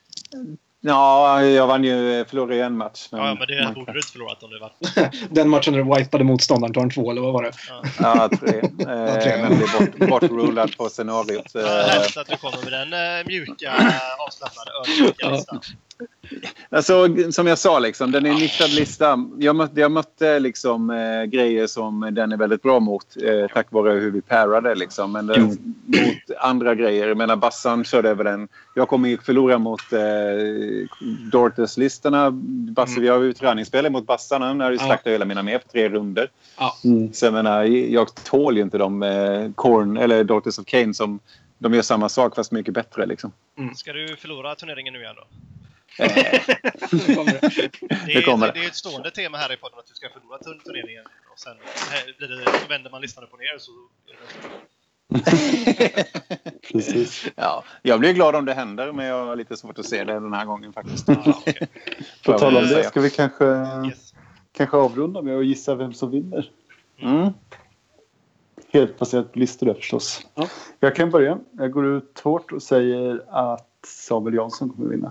Ja, jag vann ju, förlorade ju en match. Men ja, men det man... borde du inte förlorat om det var. Den matchen där du wipade motståndaren turn två, eller vad var det? Ja, ja tre. Eh, ja, tre. Men det är bort, bortrullat på scenariot. Ja, helst att du kommer med den eh, mjuka, avslappnade, övermjuka listan. Alltså, som jag sa, liksom, den är en nischad lista. Jag mötte, jag mötte liksom, eh, grejer som den är väldigt bra mot eh, tack vare hur vi parade. Liksom. Men det, mot andra grejer, jag menar, Bassan körde över den. Jag kommer ju förlora mot eh, Dortes-listorna. Basse, mm. Vi har ju träningsspel mot Bassarna när vi slaktade hela mina med för tre runder. Ja. Mm. Så jag menar, jag tål ju inte de eh, Korn eller Daughters of Cain som de gör samma sak fast mycket bättre. Liksom. Mm. Ska du förlora turneringen nu igen då? det, kommer det. Det, är, kommer det. det är ett stående tema här i podden att du ska förlora turneringen och sen här, det, så vänder man listan upp och ner så Precis. Ja, jag blir glad om det händer men jag har lite svårt att se det den här gången faktiskt. Ah, okay. På tal om det ska vi kanske, yes. kanske avrunda med att gissa vem som vinner. Mm. Helt baserat på listor där förstås. Ja. Jag kan börja. Jag går ut hårt och säger att Samuel Jansson kommer vinna.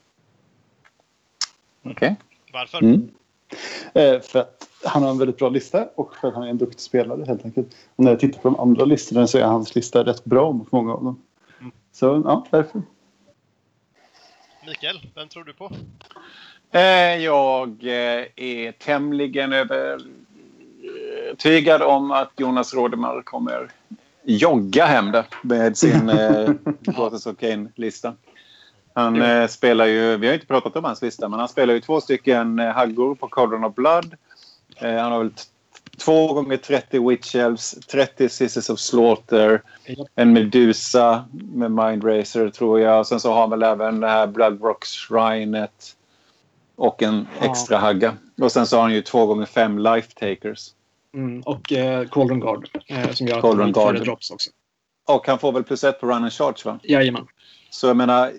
Okej. Okay. Varför? Mm. Eh, för att han har en väldigt bra lista och för att han är en duktig spelare helt enkelt. Och när jag tittar på de andra listorna så är hans lista rätt bra mot många av dem. Mm. Så ja, därför. Mikael, vem tror du på? Eh, jag eh, är tämligen övertygad om att Jonas Rådemar kommer jogga hem det med sin eh, Daughters of Cain-lista. Han eh, spelar ju, vi har inte pratat om hans lista, men han spelar ju två stycken eh, haggor på Cauldron of Blood. Eh, han har väl t- två gånger trettio Witch Elves, trettio Sisters of Slaughter, en Medusa med Mindracer tror jag. Och sen så har han väl även det här Bloodrock Shrinet och en extra hagga. Och sen så har han ju två gånger fem Life Takers. Mm, och eh, Cauldron Guard eh, som gör att Cauldron han får Guard. färre drops också. Och han får väl plus ett på run and charge, va? Jajamän. Så jag menar,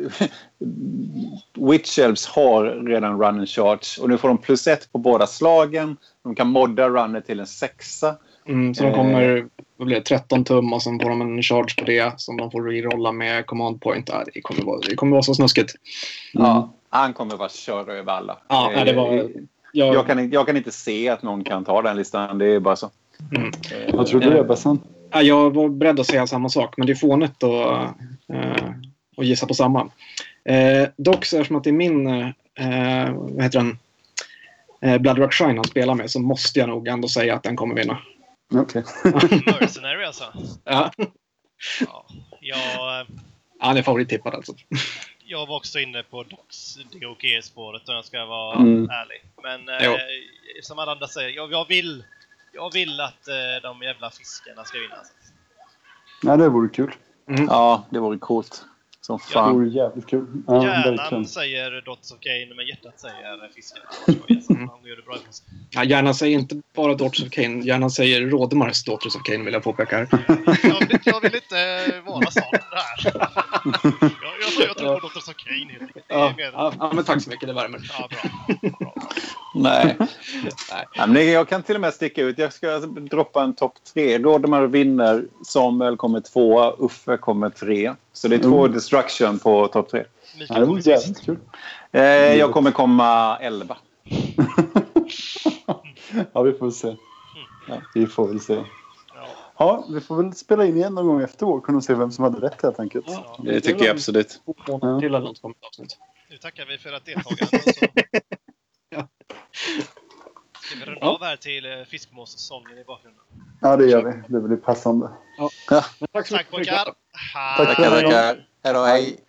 Witch Elves har redan run and charge. Och nu får de plus ett på båda slagen. De kan modda runnet till en sexa. Mm, så de kommer, vad blir det, tretton tum och sen får de en charge på det som de får rerolla med command point. Ja, det, kommer vara, det kommer vara så snuskigt. Mm. Ja, han kommer bara köra över alla. Ja, Eh, det var... Jag, jag, kan, jag kan inte se att någon kan ta den listan. Det är bara så. mm. Vad tror du, Ebbasan? Ja, jag var beredd att säga samma sak, men det är fånigt att, äh, att gissa på samma. Eh, dock så eftersom att det är min eh, vad heter den? Eh, Bloodrock Shrine han spelar med, så måste jag nog ändå säga att den kommer vinna. Okej. Mercenary alltså. Ja, Ja, jag, han är favorittippad alltså. jag var också inne på Docs D O G-spåret om jag ska vara Mm. ärlig. Men Jo. eh, som alla andra säger, jag, jag, vill, jag vill att eh, de jävla fiskarna ska vinna. Nej, det vore kul. Mm. Ja, det vore coolt. Som Det fan. vore jävligt kul. Ja, Hjärnan verkligen. säger Dots of Kane, men hjärtat säger fiskarna. Så Mm. han gör det bra ifrån sig. Ja, gärna säger inte bara Daughters of Cain, gärna säger Rådemars Daughters of Cain vill jag påpeka här. Jag vill, jag vill inte vara sån där. Jag, jag, jag tror på Dots of Kane helt enkelt. Det är Ja, mer- ja, ja, men tack så mycket, det värmer. Ja, bra. bra. Nej. Nej. Ja, men jag kan till och med sticka ut. Jag ska droppa en topp tre. Rådemar vinner. Samuel kommer tvåa. Uffe kommer tre. Så det är två Mm. destruction på topp tre. Ja, Mikael det kommer vore sist. jävligt kul. Eh, jag kommer komma elva. Ja, vi får se. Ja, vi får väl se. Ja. Ja, vi får väl spela in igen någon gång efter år. Kunna se vem som hade rätt helt enkelt. Ja. Det tycker jag absolut. Två månader till eller något kommer ett avsnitt. Nu tackar vi för att deltagandet. Så. Ja. Ska vi runda Ja. av här till eh, fiskmås-sången i bakgrunden? Ja, det gör vi. Det blir passande. Men tack så Tack mycket. pojkar! Tack. Tackar, tackar. Hej då, hej.